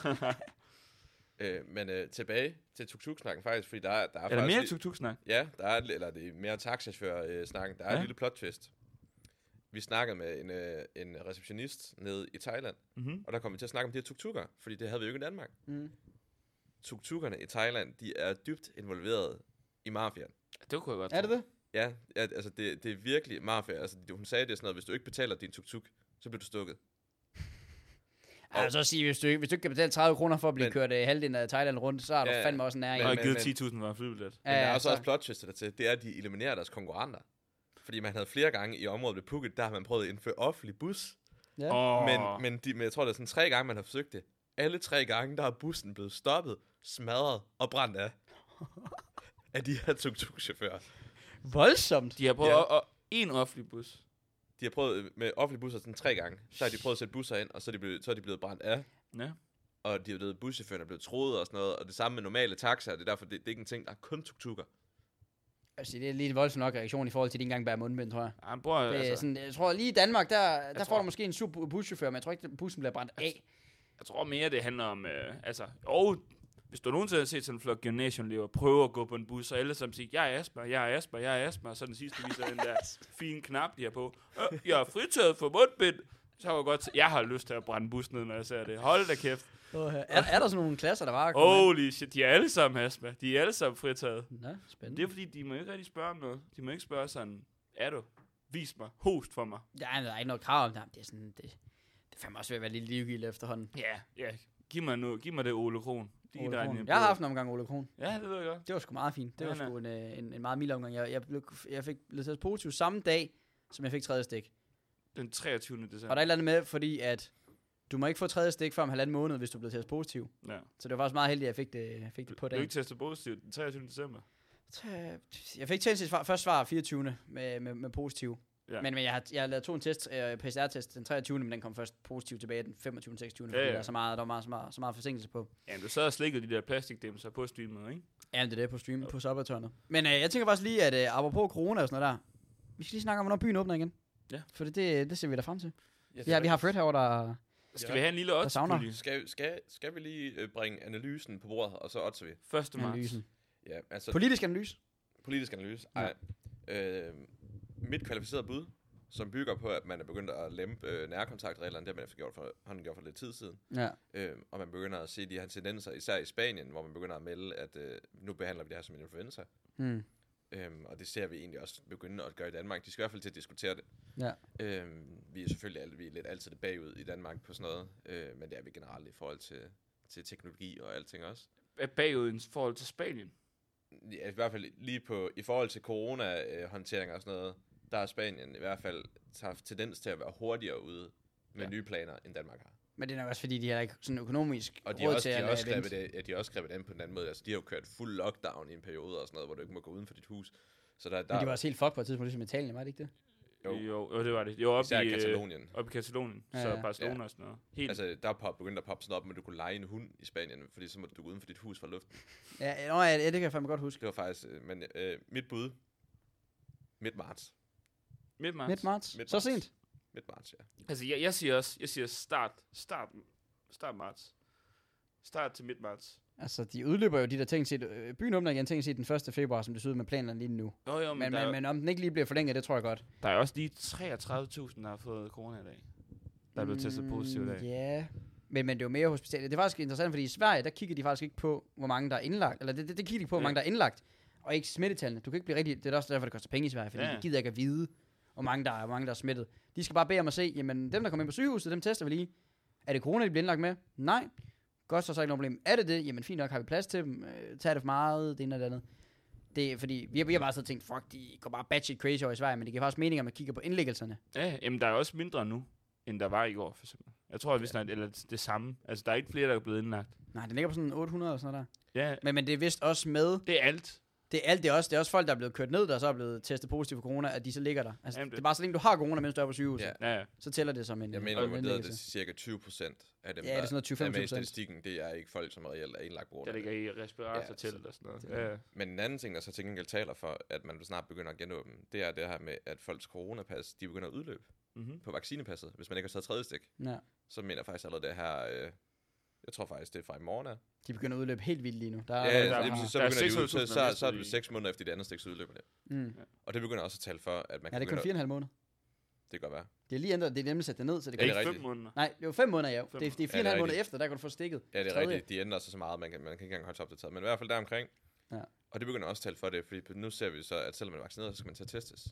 Men tilbage til tuk-tuk-snakken faktisk, fordi der er faktisk... Er der mere tuk-tuk-snak? Ja, eller det er mere taxachauffør-snakken. Der er en lille plot-twist. Vi snakkede med en receptionist nede i Thailand, og der kom vi til at snakke om de her tuk-tukker, fordi det havde vi jo ikke i Danmark. Tuk-tukkerne i Thailand, de er dybt involveret i mafiaen. Det kunne jeg godt tro. Er det det? Ja, altså det er virkelig mafia. Altså, hun sagde det sådan noget, hvis du ikke betaler din tuk-tuk, så bliver du stukket. Altså at sige, hvis du ikke kan betale 30 kroner for at blive kørt halvdelen af Thailand rundt, så er du fandme også nær. Og givet 10.000 for en flybillet. Men der er også plot twister der til, det er, at de eliminerer deres konkurrenter. Fordi man havde flere gange i området ved Phuket, der har man prøvet at indføre offentlig bus. Ja. Men jeg tror, det er sådan 3 gange, man har forsøgt det. alle 3 gange, der er bussen blevet stoppet, smadret og brændt af de her tuk-tuk-chauffører. Voldsomt. De har prøvet en offentlig bus. De har prøvet med offentlige busser sådan 3 gange. Så har de prøvet at sætte busser ind, og så er de blevet brændt af. Ja. Og de er blevet buschaufførerne er blevet troet og sådan noget. Og det samme med normale taxaer. Det er derfor, det er ikke en ting, der er kun tuk-tukker. Altså, det er lidt voldsom nok reaktion i forhold til, at de ikke engang bærer mundbind, tror jeg. Ja, han bruger, Det er altså, sådan, jeg tror lige i Danmark, der får du måske en super buschauffør, men jeg tror ikke, at bussen bliver brændt af. jeg tror mere, det handler om, hvis du nogensinde har set sådan en flok gymnasiumelever prøve at gå på en bus, så alle sammen siger, jeg er Asper, og så den sidste viser den der fine knap, de har på. Jeg er fritaget for mundbind. Så var godt, jeg har lyst til at brænde bussen ned, når jeg ser det. Hold da kæft. Er der sådan nogle klasser, der var? Holy shit, de er alle sammen Asper. De er alle sammen fritaget. Nå, spændende. Det er fordi, de må ikke rigtig spørge om noget. De må ikke spørge sådan, er du? Vis mig. Host for mig. Der er ikke noget krav om det. Det er sådan, det fandme også ved at være lidt livgildt efterhånden. Ja. Giv mig det Ole Kron. Ole Kron. Jeg har haft en omgang Ole Kron. Ja, det ved jeg godt. Det var sgu meget fint. Det var sgu en meget mild omgang. Jeg fik blevet testet positiv samme dag, som jeg fik 3. stik. Den 23. december. Og der er et eller andet med, fordi at du må ikke få 3. stik før om 1,5 måned, hvis du bliver testet positiv. Ja. Så det var faktisk meget heldigt, at jeg fik det på Du er dagen. ikke testet positivt den 23. december? Jeg fik først svar 24. med positiv. Ja. Men jeg har lavet 2 PCR-test den 23. Men den kom først positiv tilbage den 25. 26. Fordi Ja. der var så meget forsinkelse på. Ja, du sad og slikkede de der plastikdæmser på streamet, ikke? Ja, det er det på stream, på Subbertørnet. Men jeg tænker faktisk lige, at apropos corona og sådan noget der, vi skal lige snakke om, hvornår byen åbner igen. Ja. For det ser vi da frem til. Vi har Fred herovre, der... Skal vi have en lille der savner. oddspulje? Skal vi lige bringe analysen på bordet, og så oddser vi? 1. marts. Analysen. Ja, altså... Politisk analyse. Politisk analyse? Ja. Ej. Mit kvalificerede bud, som bygger på, at man er begyndt at lempe nærkontaktreglerne, det har man gjort for lidt tid siden. Ja. Og man begynder at se de her tendenser, især i Spanien, hvor man begynder at melde, at nu behandler vi det her som en influenza. Og det ser vi egentlig også begynde at gøre i Danmark. De skal i hvert fald til at diskutere det. Ja. Vi er selvfølgelig lidt altid det bagud i Danmark på sådan noget, men det er vi generelt i forhold til teknologi og alting også. Bagud i forhold til Spanien. Ja, i hvert fald lige i forhold til corona-håndtering og sådan noget, der er Spanien i hvert fald haft tendens til at være hurtigere ude med nye planer, end Danmark har. Men det er nok også fordi, de har ikke sådan økonomisk og de har råd også, til at de har også grebet an på en anden måde. Altså, de har jo kørt fuld lockdown i en periode og sådan noget, hvor du ikke må gå uden for dit hus. Så Men de var også helt fucked på et tidspunkt, ligesom Italien, var det ikke det? Jo, det var det. Jo, især i Katalonien. Oppe i Katalonien, Ja, så ja. Barcelona og sådan noget. Helt. Altså, der begyndte at poppe sådan op, men du kunne lege en hund i Spanien, fordi så måtte du gå uden for dit hus fra luften. Ja, det kan jeg fandme godt huske. Det var faktisk, mit bud, midt marts. Midt Midt marts. Så sent? Midt marts, ja. Altså, jeg siger start marts. Start til midt marts. Altså, de udløber jo de der ting set. Byen åbner igen ting set den 1. februar, som det ser ud med planerne lige nu. Jo, Men om den ikke lige bliver forlænget, det tror jeg godt. der er også lige 33.000, der har fået corona i dag. Der er blevet testet positivt i dag. Ja, men det er jo mere hospitalet. Det er faktisk interessant, fordi i Sverige, der kigger de faktisk ikke på, hvor mange der er indlagt. Eller det kigger de på, hvor mange der er indlagt, og ikke smittetallene. Du kan ikke blive rigtig... Det er også derfor, det koster penge i Sverige, fordi de gider ikke at vide, hvor mange der er smittet. De skal bare bede om at se, jamen dem, der kommer ind på sygehuset, dem tester vi lige. Er det corona, de bliver indlagt med? Nej. Godt, så er ikke noget problem. Er det? Jamen fint nok, har vi plads til dem. Tager det for meget, det ene og det andet. Det er fordi, vi har bare så tænkt, fuck, de går bare batshit crazy over i Sverige, men det giver faktisk mening, at man kigger på indlæggelserne. Ja, jamen der er også mindre nu, end der var i går, for eksempel. Jeg tror, at vi snart, eller det samme. Altså, der er ikke flere, der er blevet indlagt. Nej, den ligger på sådan 800 og sådan noget Ja. der. Men det er vist også med... Det er alt. Det er alt, det er også folk, der er blevet kørt ned, der så er blevet testet positiv for corona, at de så ligger der. Altså, Jamen, det er bare så længe du har corona, mens du er på sygehuset. Ja. Så tæller det som en Jeg mener, at det er indlæggelse. cirka 20% af dem, Ja, det er sådan noget der er med i 20-25%. statistikken. Det er ikke folk, som reelt er indlagt på grund Der af det. ligger i respirator til og sådan noget. Ja. Men en anden ting, der så til gengæld taler for, at man snart begynder at genåbne, det er det her med, at folks coronapas, de begynder at udløbe på vaccinepasset, hvis man ikke har taget 3. stik. Ja. Så mener jeg faktisk allerede det her, jeg tror faktisk, det er fra i morgen af. De begynder at udløbe helt vildt lige nu. Så begynder de ud, så er det 600.000 6 måneder efter dit andet stik, så udløber det. Og det begynder også at tale for, at man Ja, det er kun 4,5 måneder. Det kan godt være. Det er lige ændret, det er nemlig sat det ned, så det Ja, kan det er 5 rigtigt. måneder. Nej, det er jo 5 måneder, ja. Det er 4,5 måneder rigtigt. efter, der kan du få stikket. Ja, det er Tredje. rigtigt. De ændrer sig så meget, man kan ikke engang holde sig opdateret. Men i hvert fald deromkring. Ja. Og det begynder også at tale for det, fordi nu ser vi så, at selvom man er vaccineret, så skal man til at testes.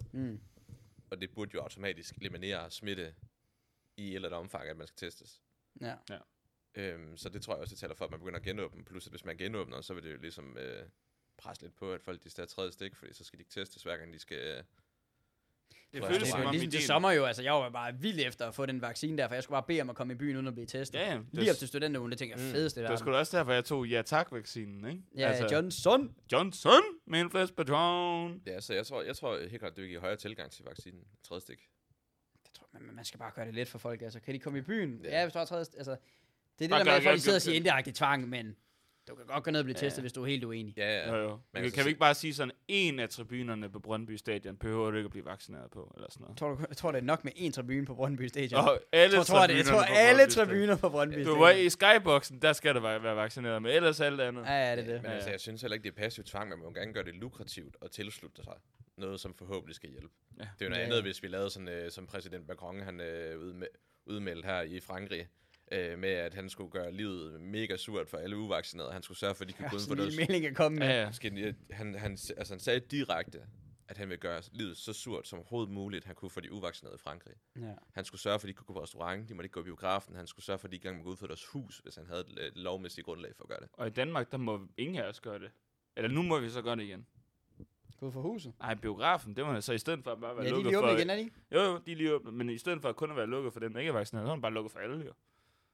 Og det burde jo automatisk eliminere smitte i et eller andet omfang, at man skal testes. Ja. Så det tror jeg også, det taler for, at man begynder at genåbne. Plus, at hvis man genåbner, så vil det jo ligesom presse lidt på, at folk de skal have 3. stik, fordi så skal de ikke testes, hver gang de skal Det føles som om ligesom det sommer jo, altså jeg var bare vild efter at få den vaccine der, for jeg skulle bare bede om at komme i byen uden at blive testet. Ja, lige op til studenterugen, det tænker jeg fedest det der. der. Det var sgu da også derfor, jeg tog ja-tak-vaccinen, ikke? Ja, altså, Johnson med en flaske patron. Ja, så jeg tror helt klart, det vil give højere tilgang til vaccinen. Tredje stik. Det tror jeg, man skal bare gøre det let for folk, altså. Kan de komme i byen? Ja, hvis du har tredje, altså. Det er det Bare der med, at folk sidder og gør- siger indirekte tvang, men du kan godt gå ned og blive testet, hvis du er helt uenig. Ja. Jo. Men kan vi ikke bare sige sådan, en af tribunerne på Brøndby Stadion behøver du ikke at blive vaccineret på, eller sådan noget? Jeg tror, det er nok med én tribune på Brøndby Stadion. Og alle Jeg tror, alle tribuner på Brøndby Du Stadion. var i skyboxen, der skal du være vaccineret med, ellers alt andet. Ja, det er det. Men altså, jeg synes heller ikke, det er passiv tvang, men man må gerne gøre det lukrativt og tilslutte sig noget, som forhåbentlig skal hjælpe. Ja. Det er jo noget andet, hvis vi lavede sådan, som præsident Macron, han udmeldte her i Frankrig, med at han skulle gøre livet mega surt for alle uvaccinerede. Han skulle sørge for, at de kunne gå uden for deres... melding at komme med. Ja. Han sagde direkte, at han ville gøre livet så surt som overhovedet muligt, han kunne for de uvaccinerede i Frankrig. Ja. Han skulle sørge for, at de kunne gå på restaurant, de måtte ikke gå i biografen, han skulle sørge for, at de ikke engang måtte gå ud for deres hus, hvis han havde et lovmæssigt grundlag for at gøre det. Og i Danmark, der må ingen af os gøre det. Eller nu må vi så gøre det igen. Gå ud for huset? Nej, biografen, det var så i stedet for at bare være lukket for... Ja, de er lige igen, er de? Jo, de er lige åbne, men i stedet for at kun at være lukket for dem, der ikke er vaccineret, så er man bare lukket for alle, jo.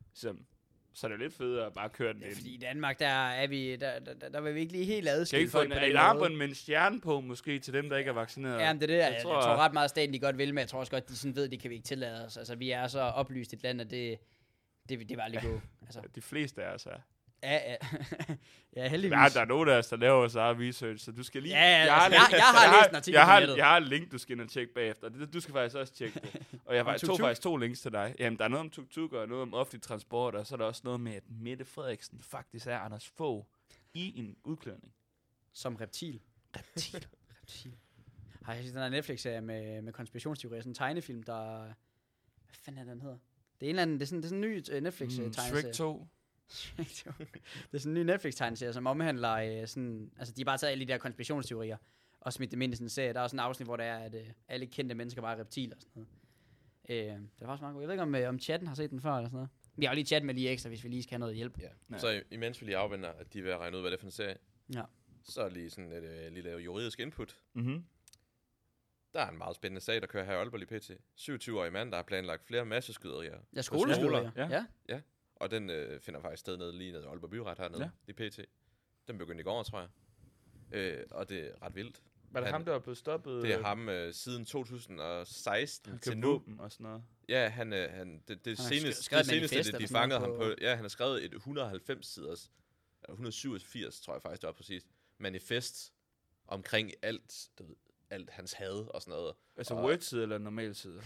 Så er det lidt federe at bare køre den ind. Fordi i Danmark, der vil vi ikke lige helt Skal adskille ikke få folk en på den alarmbånd med en stjerne på, måske, til dem, der ikke er vaccineret? Ja, men det er det, jeg tror ret meget, staten de godt vil, men jeg tror også godt, de sådan ved, det kan vi ikke tillade os. Altså, vi er så oplyst et land, at det vil aldrig gå. Altså. De fleste af os er. Ja, heldigvis. Ja, der er nogen af os, der laver vores eget research, så du skal lige... Jeg har læst en artikel på nettet. Jeg har et link, du skal ind og tjekke bagefter. Du skal faktisk også tjekke det. Og jeg tog faktisk 2 links til dig. Jamen, der er noget om tuk-tuk og noget om offentlig transport, og så er der også noget med, at Mette Frederiksen faktisk er Anders Fogh i en udklædning. Som reptil. Reptil. Har jeg set den her Netflix-serie med konspirationsteorier, sådan en tegnefilm, der... Hvad fanden er den hedder? Det er en eller anden, det er sådan en ny Netflix-tegneserie. Shrek 2. Det er sådan en ny Netflix-tegneserie, som omhandler sådan... Altså, de har bare taget alle de der konspirationsteorier og smidt dem ind i sådan en serie. Der er også en afsnit, hvor der er, at alle kendte mennesker bare er reptiler og sådan noget. Det var faktisk meget godt. Jeg ved ikke, om chatten har set den før eller sådan noget. Vi har jo lige chat med lige ekstra, hvis vi lige skal have noget hjælp. Ja. Så imens vi lige afventer, at de vil regne ud, hvad det er for en serie, ja. Så er lige sådan et lille juridisk input. Mhm. Der er en meget spændende sag, der kører her i Aalborg lige pt. 27-årig mand, der har planlagt flere masseskyderier. Ja, skoleskyderier. Ja. Og den finder faktisk sted lige nede i Aalborg Byret hernede, i pt. Den begyndte i går, tror jeg. Og det er ret vildt. Var det ham, der var blevet stoppet? Det er ham siden 2016 til nu. Våben og sådan noget. Ja, det seneste, de fangede ham på. Ja, han har skrevet et 190-siders, 187, tror jeg faktisk, det var præcis, manifest omkring alt hans had og sådan noget. Altså Word-side eller normal-side?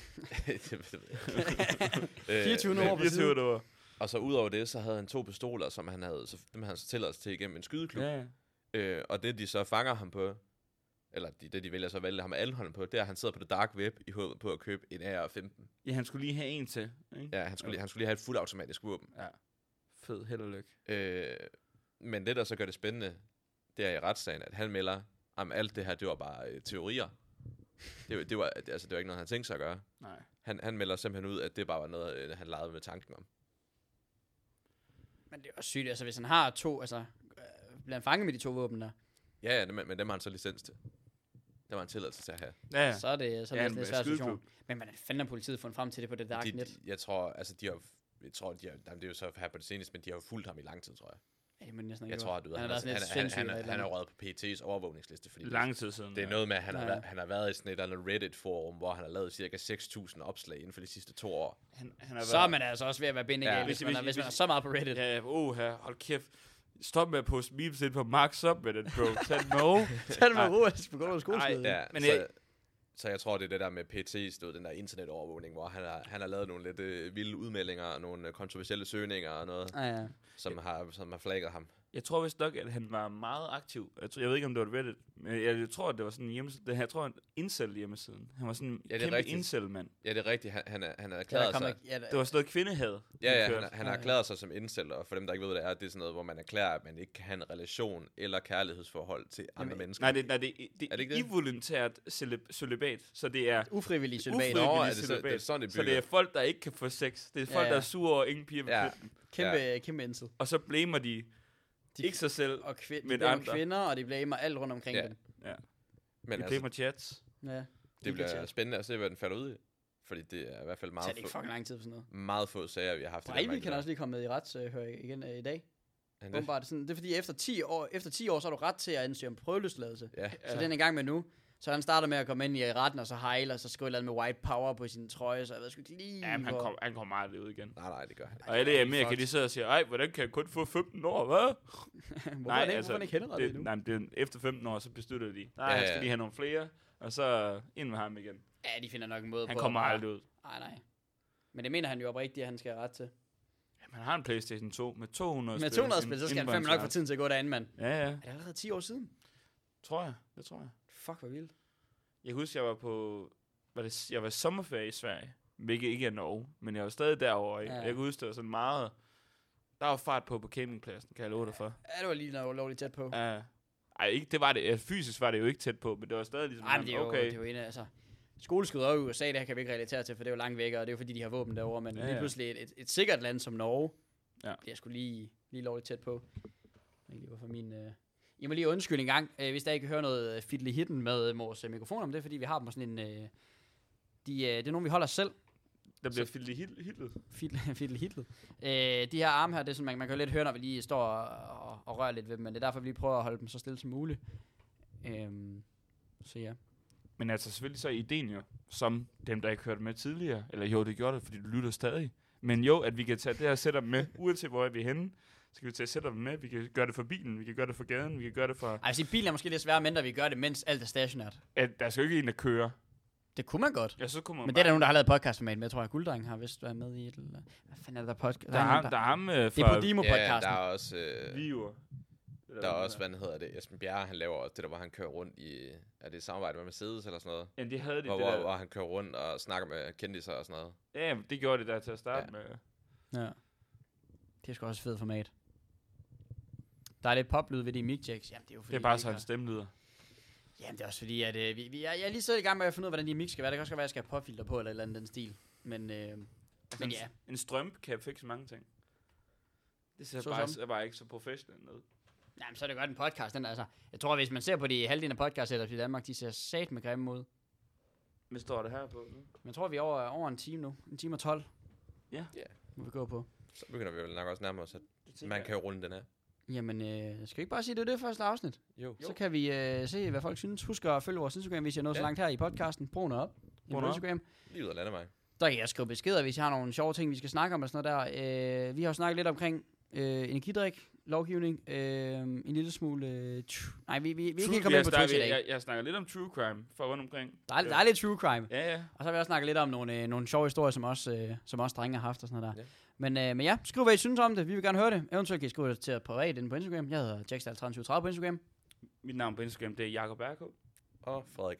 24 år på siden. Og så udover det, så havde han 2 pistoler, som han havde, så dem havde han så tilladelse til igennem en skydeklub. Ja. Og det, de så fanger ham på, eller det, de vælger så at vælge ham at anholde på, det er, at han sidder på det dark web i håbet på at købe en AR-15. Ja, han skulle lige have en til, ikke? Ja, han skulle lige have et fuldautomatisk våben. Ja. Fed, held og lykke. Men det, der så gør det spændende, det er i retssagen, at han melder, om alt det her, det var bare teorier. Det var ikke noget, han tænkte sig at gøre. Nej. Han melder simpelthen ud, at det bare var noget, han legede med tanken om. Men det er også sygt, altså hvis han har 2, altså bliver han fanget med de 2 våben der? Ja, men dem har han så licens til. Det var en tilladelse til at have. Ja. Så er det en svært situation. Men hvordan fanden har politiet fundet frem til det på det darknet? Jeg tror, altså det er jo så her på det seneste, men de har jo fulgt ham i lang tid, tror jeg. Ja, det må næsten jeg tror, at han er røget på PET's overvågningsliste, fordi lang tid siden. Det er noget med, at han har været i sådan et eller andet Reddit-forum, hvor han har lavet cirka 6.000 opslag inden for de sidste 2 år. Så er man altså også ved at være bindegal, hvis man er så meget på Reddit. Ja, hold kæft. Stop med at poste memes ind på Mark Subreddit, bro. Tag det med ro, at gå over skoleskyderi. Ja, så jeg tror, det er det der med PT, den der internetovervågning, hvor han har lavet nogle lidt vilde udmeldinger, og nogle kontroversielle søgninger og noget, som har flagget ham. Jeg tror vist nok, at han var meget aktiv. Jeg ved ikke, om det var Reddit, men jeg tror, at det var sådan en hjemmeside. Jeg tror, en incel hjemmesiden. Han var sådan en kæmpe incel-mand. Ja, det er rigtigt. Han er erklæret sig. Det var sådan noget kvindehad. Ja, han har erklæret sig som incel, og for dem, der ikke ved, hvad det er sådan noget, hvor man erklærer, at man ikke kan have en relation eller kærlighedsforhold til andre mennesker. Nej, det er ikke involuntært celibat, så det er ufrivillig celibat. Så det er folk, der ikke kan få sex. Det er folk, der er sure over ingen piger ved klitten. Kæmpe incel. Og så blamer de ikke sig selv, og de blamer kvinder, og de blamer alt rundt omkring dem. Ja. Men de blamer chats. Ja. Det bliver spændende at se, hvad den falder ud i. Fordi det er i hvert fald meget det ikke fucking lang tid for sådan noget. Meget få sager, vi har haft. Breivik kan også lige komme med i retshør igen i dag. Det er fordi efter 10 år, så har du ret til at ansøge om prøveløsladelse. Ja. Så den er i gang med nu. Så han starter med at komme ind i retten, og så hejler, og så skriver han med white power på sin trøje, så jeg ved sgu ikke lige... Ja, men han kommer aldrig ud igen. Nej, det gør han ikke. Og alle i Amerika, de sidder og siger, ej, hvordan kan jeg kun få 15 år, hvad? Hvorfor ikke henrettet nu? Nej, men efter 15 år, så beslutter de, han skal lige have nogle flere, og så ind med ham igen. Ja, de finder nok en måde han kommer aldrig ud. Nej. Men det mener han jo oprigtigt, at han skal have ret til. Jamen, han har en PlayStation 2 med 200 spil. Med 200 spil, så skal han fandme nok få tiden til at gå derinde, mand. Ja. Er det allerede 10 år siden? Det tror jeg. Fuck, hvor vildt. Jeg husker, jeg var på... Jeg var i sommerferie i Sverige. Hvilket ikke er Norge, men jeg var stadig derovre. Ja. Jeg kan huske, det var sådan meget... Der var fart på campingpladsen, kan jeg love dig for. Ja, det var lige lovligt tæt på. Ja. Ej, ikke, det var det. Fysisk var det jo ikke tæt på, men det var stadig ligesom... Ej, men det er jo en af... Altså, skoleskud over i USA, det kan vi ikke relatere til, for det er jo langt væk, og det er jo fordi, de har våben derovre. Men lige pludselig et sikkert land som Norge, bliver sgu lige lovligt tæt på. Jeg ved ikke, hvorfor min... I må lige undskylde en gang, hvis der ikke hører noget fiddly hitten med vores mikrofoner om det, fordi vi har dem på sådan en... det er nogen, vi holder selv. Der bliver fiddly hitlet. Fiddly hitlet. De her arme her, det er sådan, man kan jo lidt høre, når vi lige står og rører lidt ved dem, men det er derfor, vi lige prøver at holde dem så stille som muligt. Så ja. Men altså selvfølgelig så er ideen jo, som dem, der ikke hørte med tidligere, eller jo, det gjorde det, fordi du lytter stadig. Men jo, at vi kan tage det her setup med, uanset hvor vi er henne, så kan vi tage setup med, vi kan gøre det for bilen, vi kan gøre det for gaden, vi kan gøre det for... Altså bilen er måske lidt sværere, mindre vi gør det, mens alt er stationært. Der skal jo ikke en, der kører. Det kunne man godt. Ja, så kunne man men det er der nogen, der har lavet podcastformat med. Jeg tror, at Gulddrengen har vist været med i et... Eller... Hvad fanden er det, der podcast? Der er ham fra... Det er Podimo-podcasten. Ja, der er også... Viewer. Der er også, Esben Bjerre, han laver også det der, hvor han kører rundt i... Er det samarbejde med Mercedes eller sådan noget? Ja, de havde det hvor han kører rundt og snakker med kendiser og sådan noget. Ja, det gjorde det der til at starte med. Ja. Det er sgu også fedt format. Der er lidt poplyd ved de mic checks. Jamen, det er jo fordi... Det er bare så, hans stemme lyder. Jamen, det er også fordi, at jeg er lige så i gang med at finde ud af, hvordan de mix skal være. Det kan også være, at jeg skal have popfilter på, eller et eller andet den stil. Men ja. En strømpe kan fikse mange ting. Det ser bare ikke så professionelt ud. Jamen, så er det godt en podcast. Jeg tror, hvis man ser på de halvdelen af podcasts i Danmark, de ser sat med grimme ud. Hvad står det her på nu? Men jeg tror, vi er over en time nu. En time og 12. Ja. Må vi gå på. Så begynder vi vel nok også nærmere os, at man kan jo runde den her. Jamen, skal vi ikke bare sige, det er det første afsnit? Jo. Så kan vi se, hvad folk synes. Husk at følge vores Instagram, hvis I er nået så langt her i podcasten. Brune op. På Instagram. Lige ud af landevej. Der kan jeg skrive beskeder, hvis I har nogle sjove ting, vi skal snakke om og sådan noget der. Vi har jo snakket lidt omkring energidrik, lovgivning, en lille smule... nej, vi ikke helt kommet ind på Twitch i dag. Jeg snakker lidt om true crime for rundt omkring. Der er lidt true crime. Ja. Og så har vi også snakket lidt om nogle sjove historier, som også drenge har haft og sådan noget der. Ja. Men ja, skriv hvad I synes om det. Vi vil gerne høre det. Eventuelt kan I skrive det til privat inde på Instagram. Jeg hedder Jackstal2330 på Instagram. Mit navn på Instagram, det er Jakob Berko. Og Frederik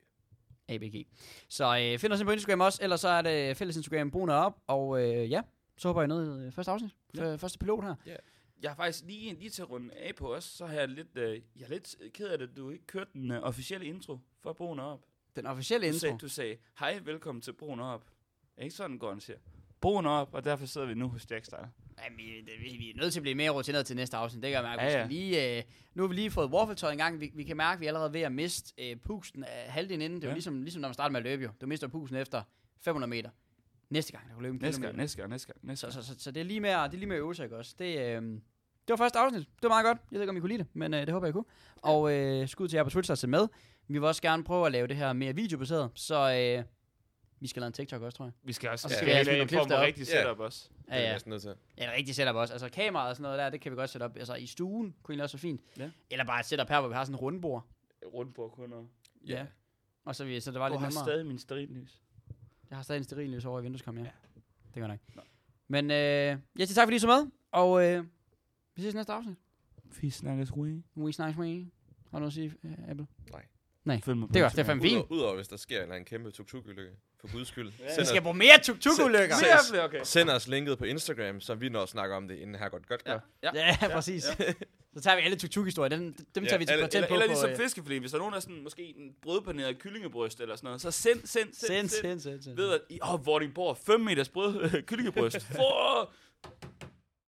ABG. Så find os ind på Instagram også. Ellers så er det fælles Instagram Brune op. Og ja, så håber jeg noget første afsnit. Første pilot her. Yeah. Jeg har faktisk lige til at runde af på os, så har jeg lidt, jeg er lidt ked af det, at du ikke kørte den officielle intro for Brune op. Den officielle intro? Du sagde, hej, velkommen til Brune op. Ikke sådan, går den siger. Brune op, og derfor sidder vi nu hos Jackstar. Jamen, vi er nødt til at blive mere rutineret til næste afsnit. Det kan jeg mærke. Ja. Nu har vi lige fået waffletøjet en gang. Vi kan mærke, at vi er allerede ved at miste pusten af halvdelen inden. Det er jo ligesom når man starter med at løbe jo. Du mister pusten efter 500 meter. Næste gang, der kan løbe en kilometer. Næste gang. Så det er lige med øvelse, ikke også? Det var første afsnit. Det var meget godt. Jeg ved ikke, om I kunne lide det, men det håber jeg kunne. Og skud til jer på Twitch, der er med. Vi vil også gerne prøve at lave det her mere videobaseret, så vi skal lave en TikTok også, tror jeg. Vi skal også lave en form for rigtig setup også. Ja. Det er næsten nødt til. Ja, en rigtig setup også. Altså kameraet og sådan noget der, det kan vi godt sætte op. Altså i stuen kunne egentlig også være fint. Ja. Eller bare et setup her, hvor vi har sådan en rundbord. Rundbord kun noget. Ja. Og så det var lidt nemmere. Du har stadig min stearinlys. Jeg har stadig en stearinlys over i vindueskarmen, ja. Det gør nok. Men jeg siger tak fordi I så med, og vi ses næste afsnit. Vi snakkes way. We snakkes way. Har du noget at sige, Apple? Nej. Det er godt, det er fandme fint. Udover hvis der sker en kæmpe tuk-tuk-ulykke, for guds skyld. Vi skal bruge mere tuk-tuk-ulykker. Send os linket på Instagram, så vi når at snakke om det, inden her godt. Ja, præcis. Ja. Så tager vi alle tuk-tuk-historier, dem tager vi til patent på. Eller ligesom fiskefilet, hvis der er nogen, der sådan, måske en brødpaneret kyllingebryst eller sådan noget, så send. Send. Ved at, Vordingborg, 5 meters brød kyllingebryst.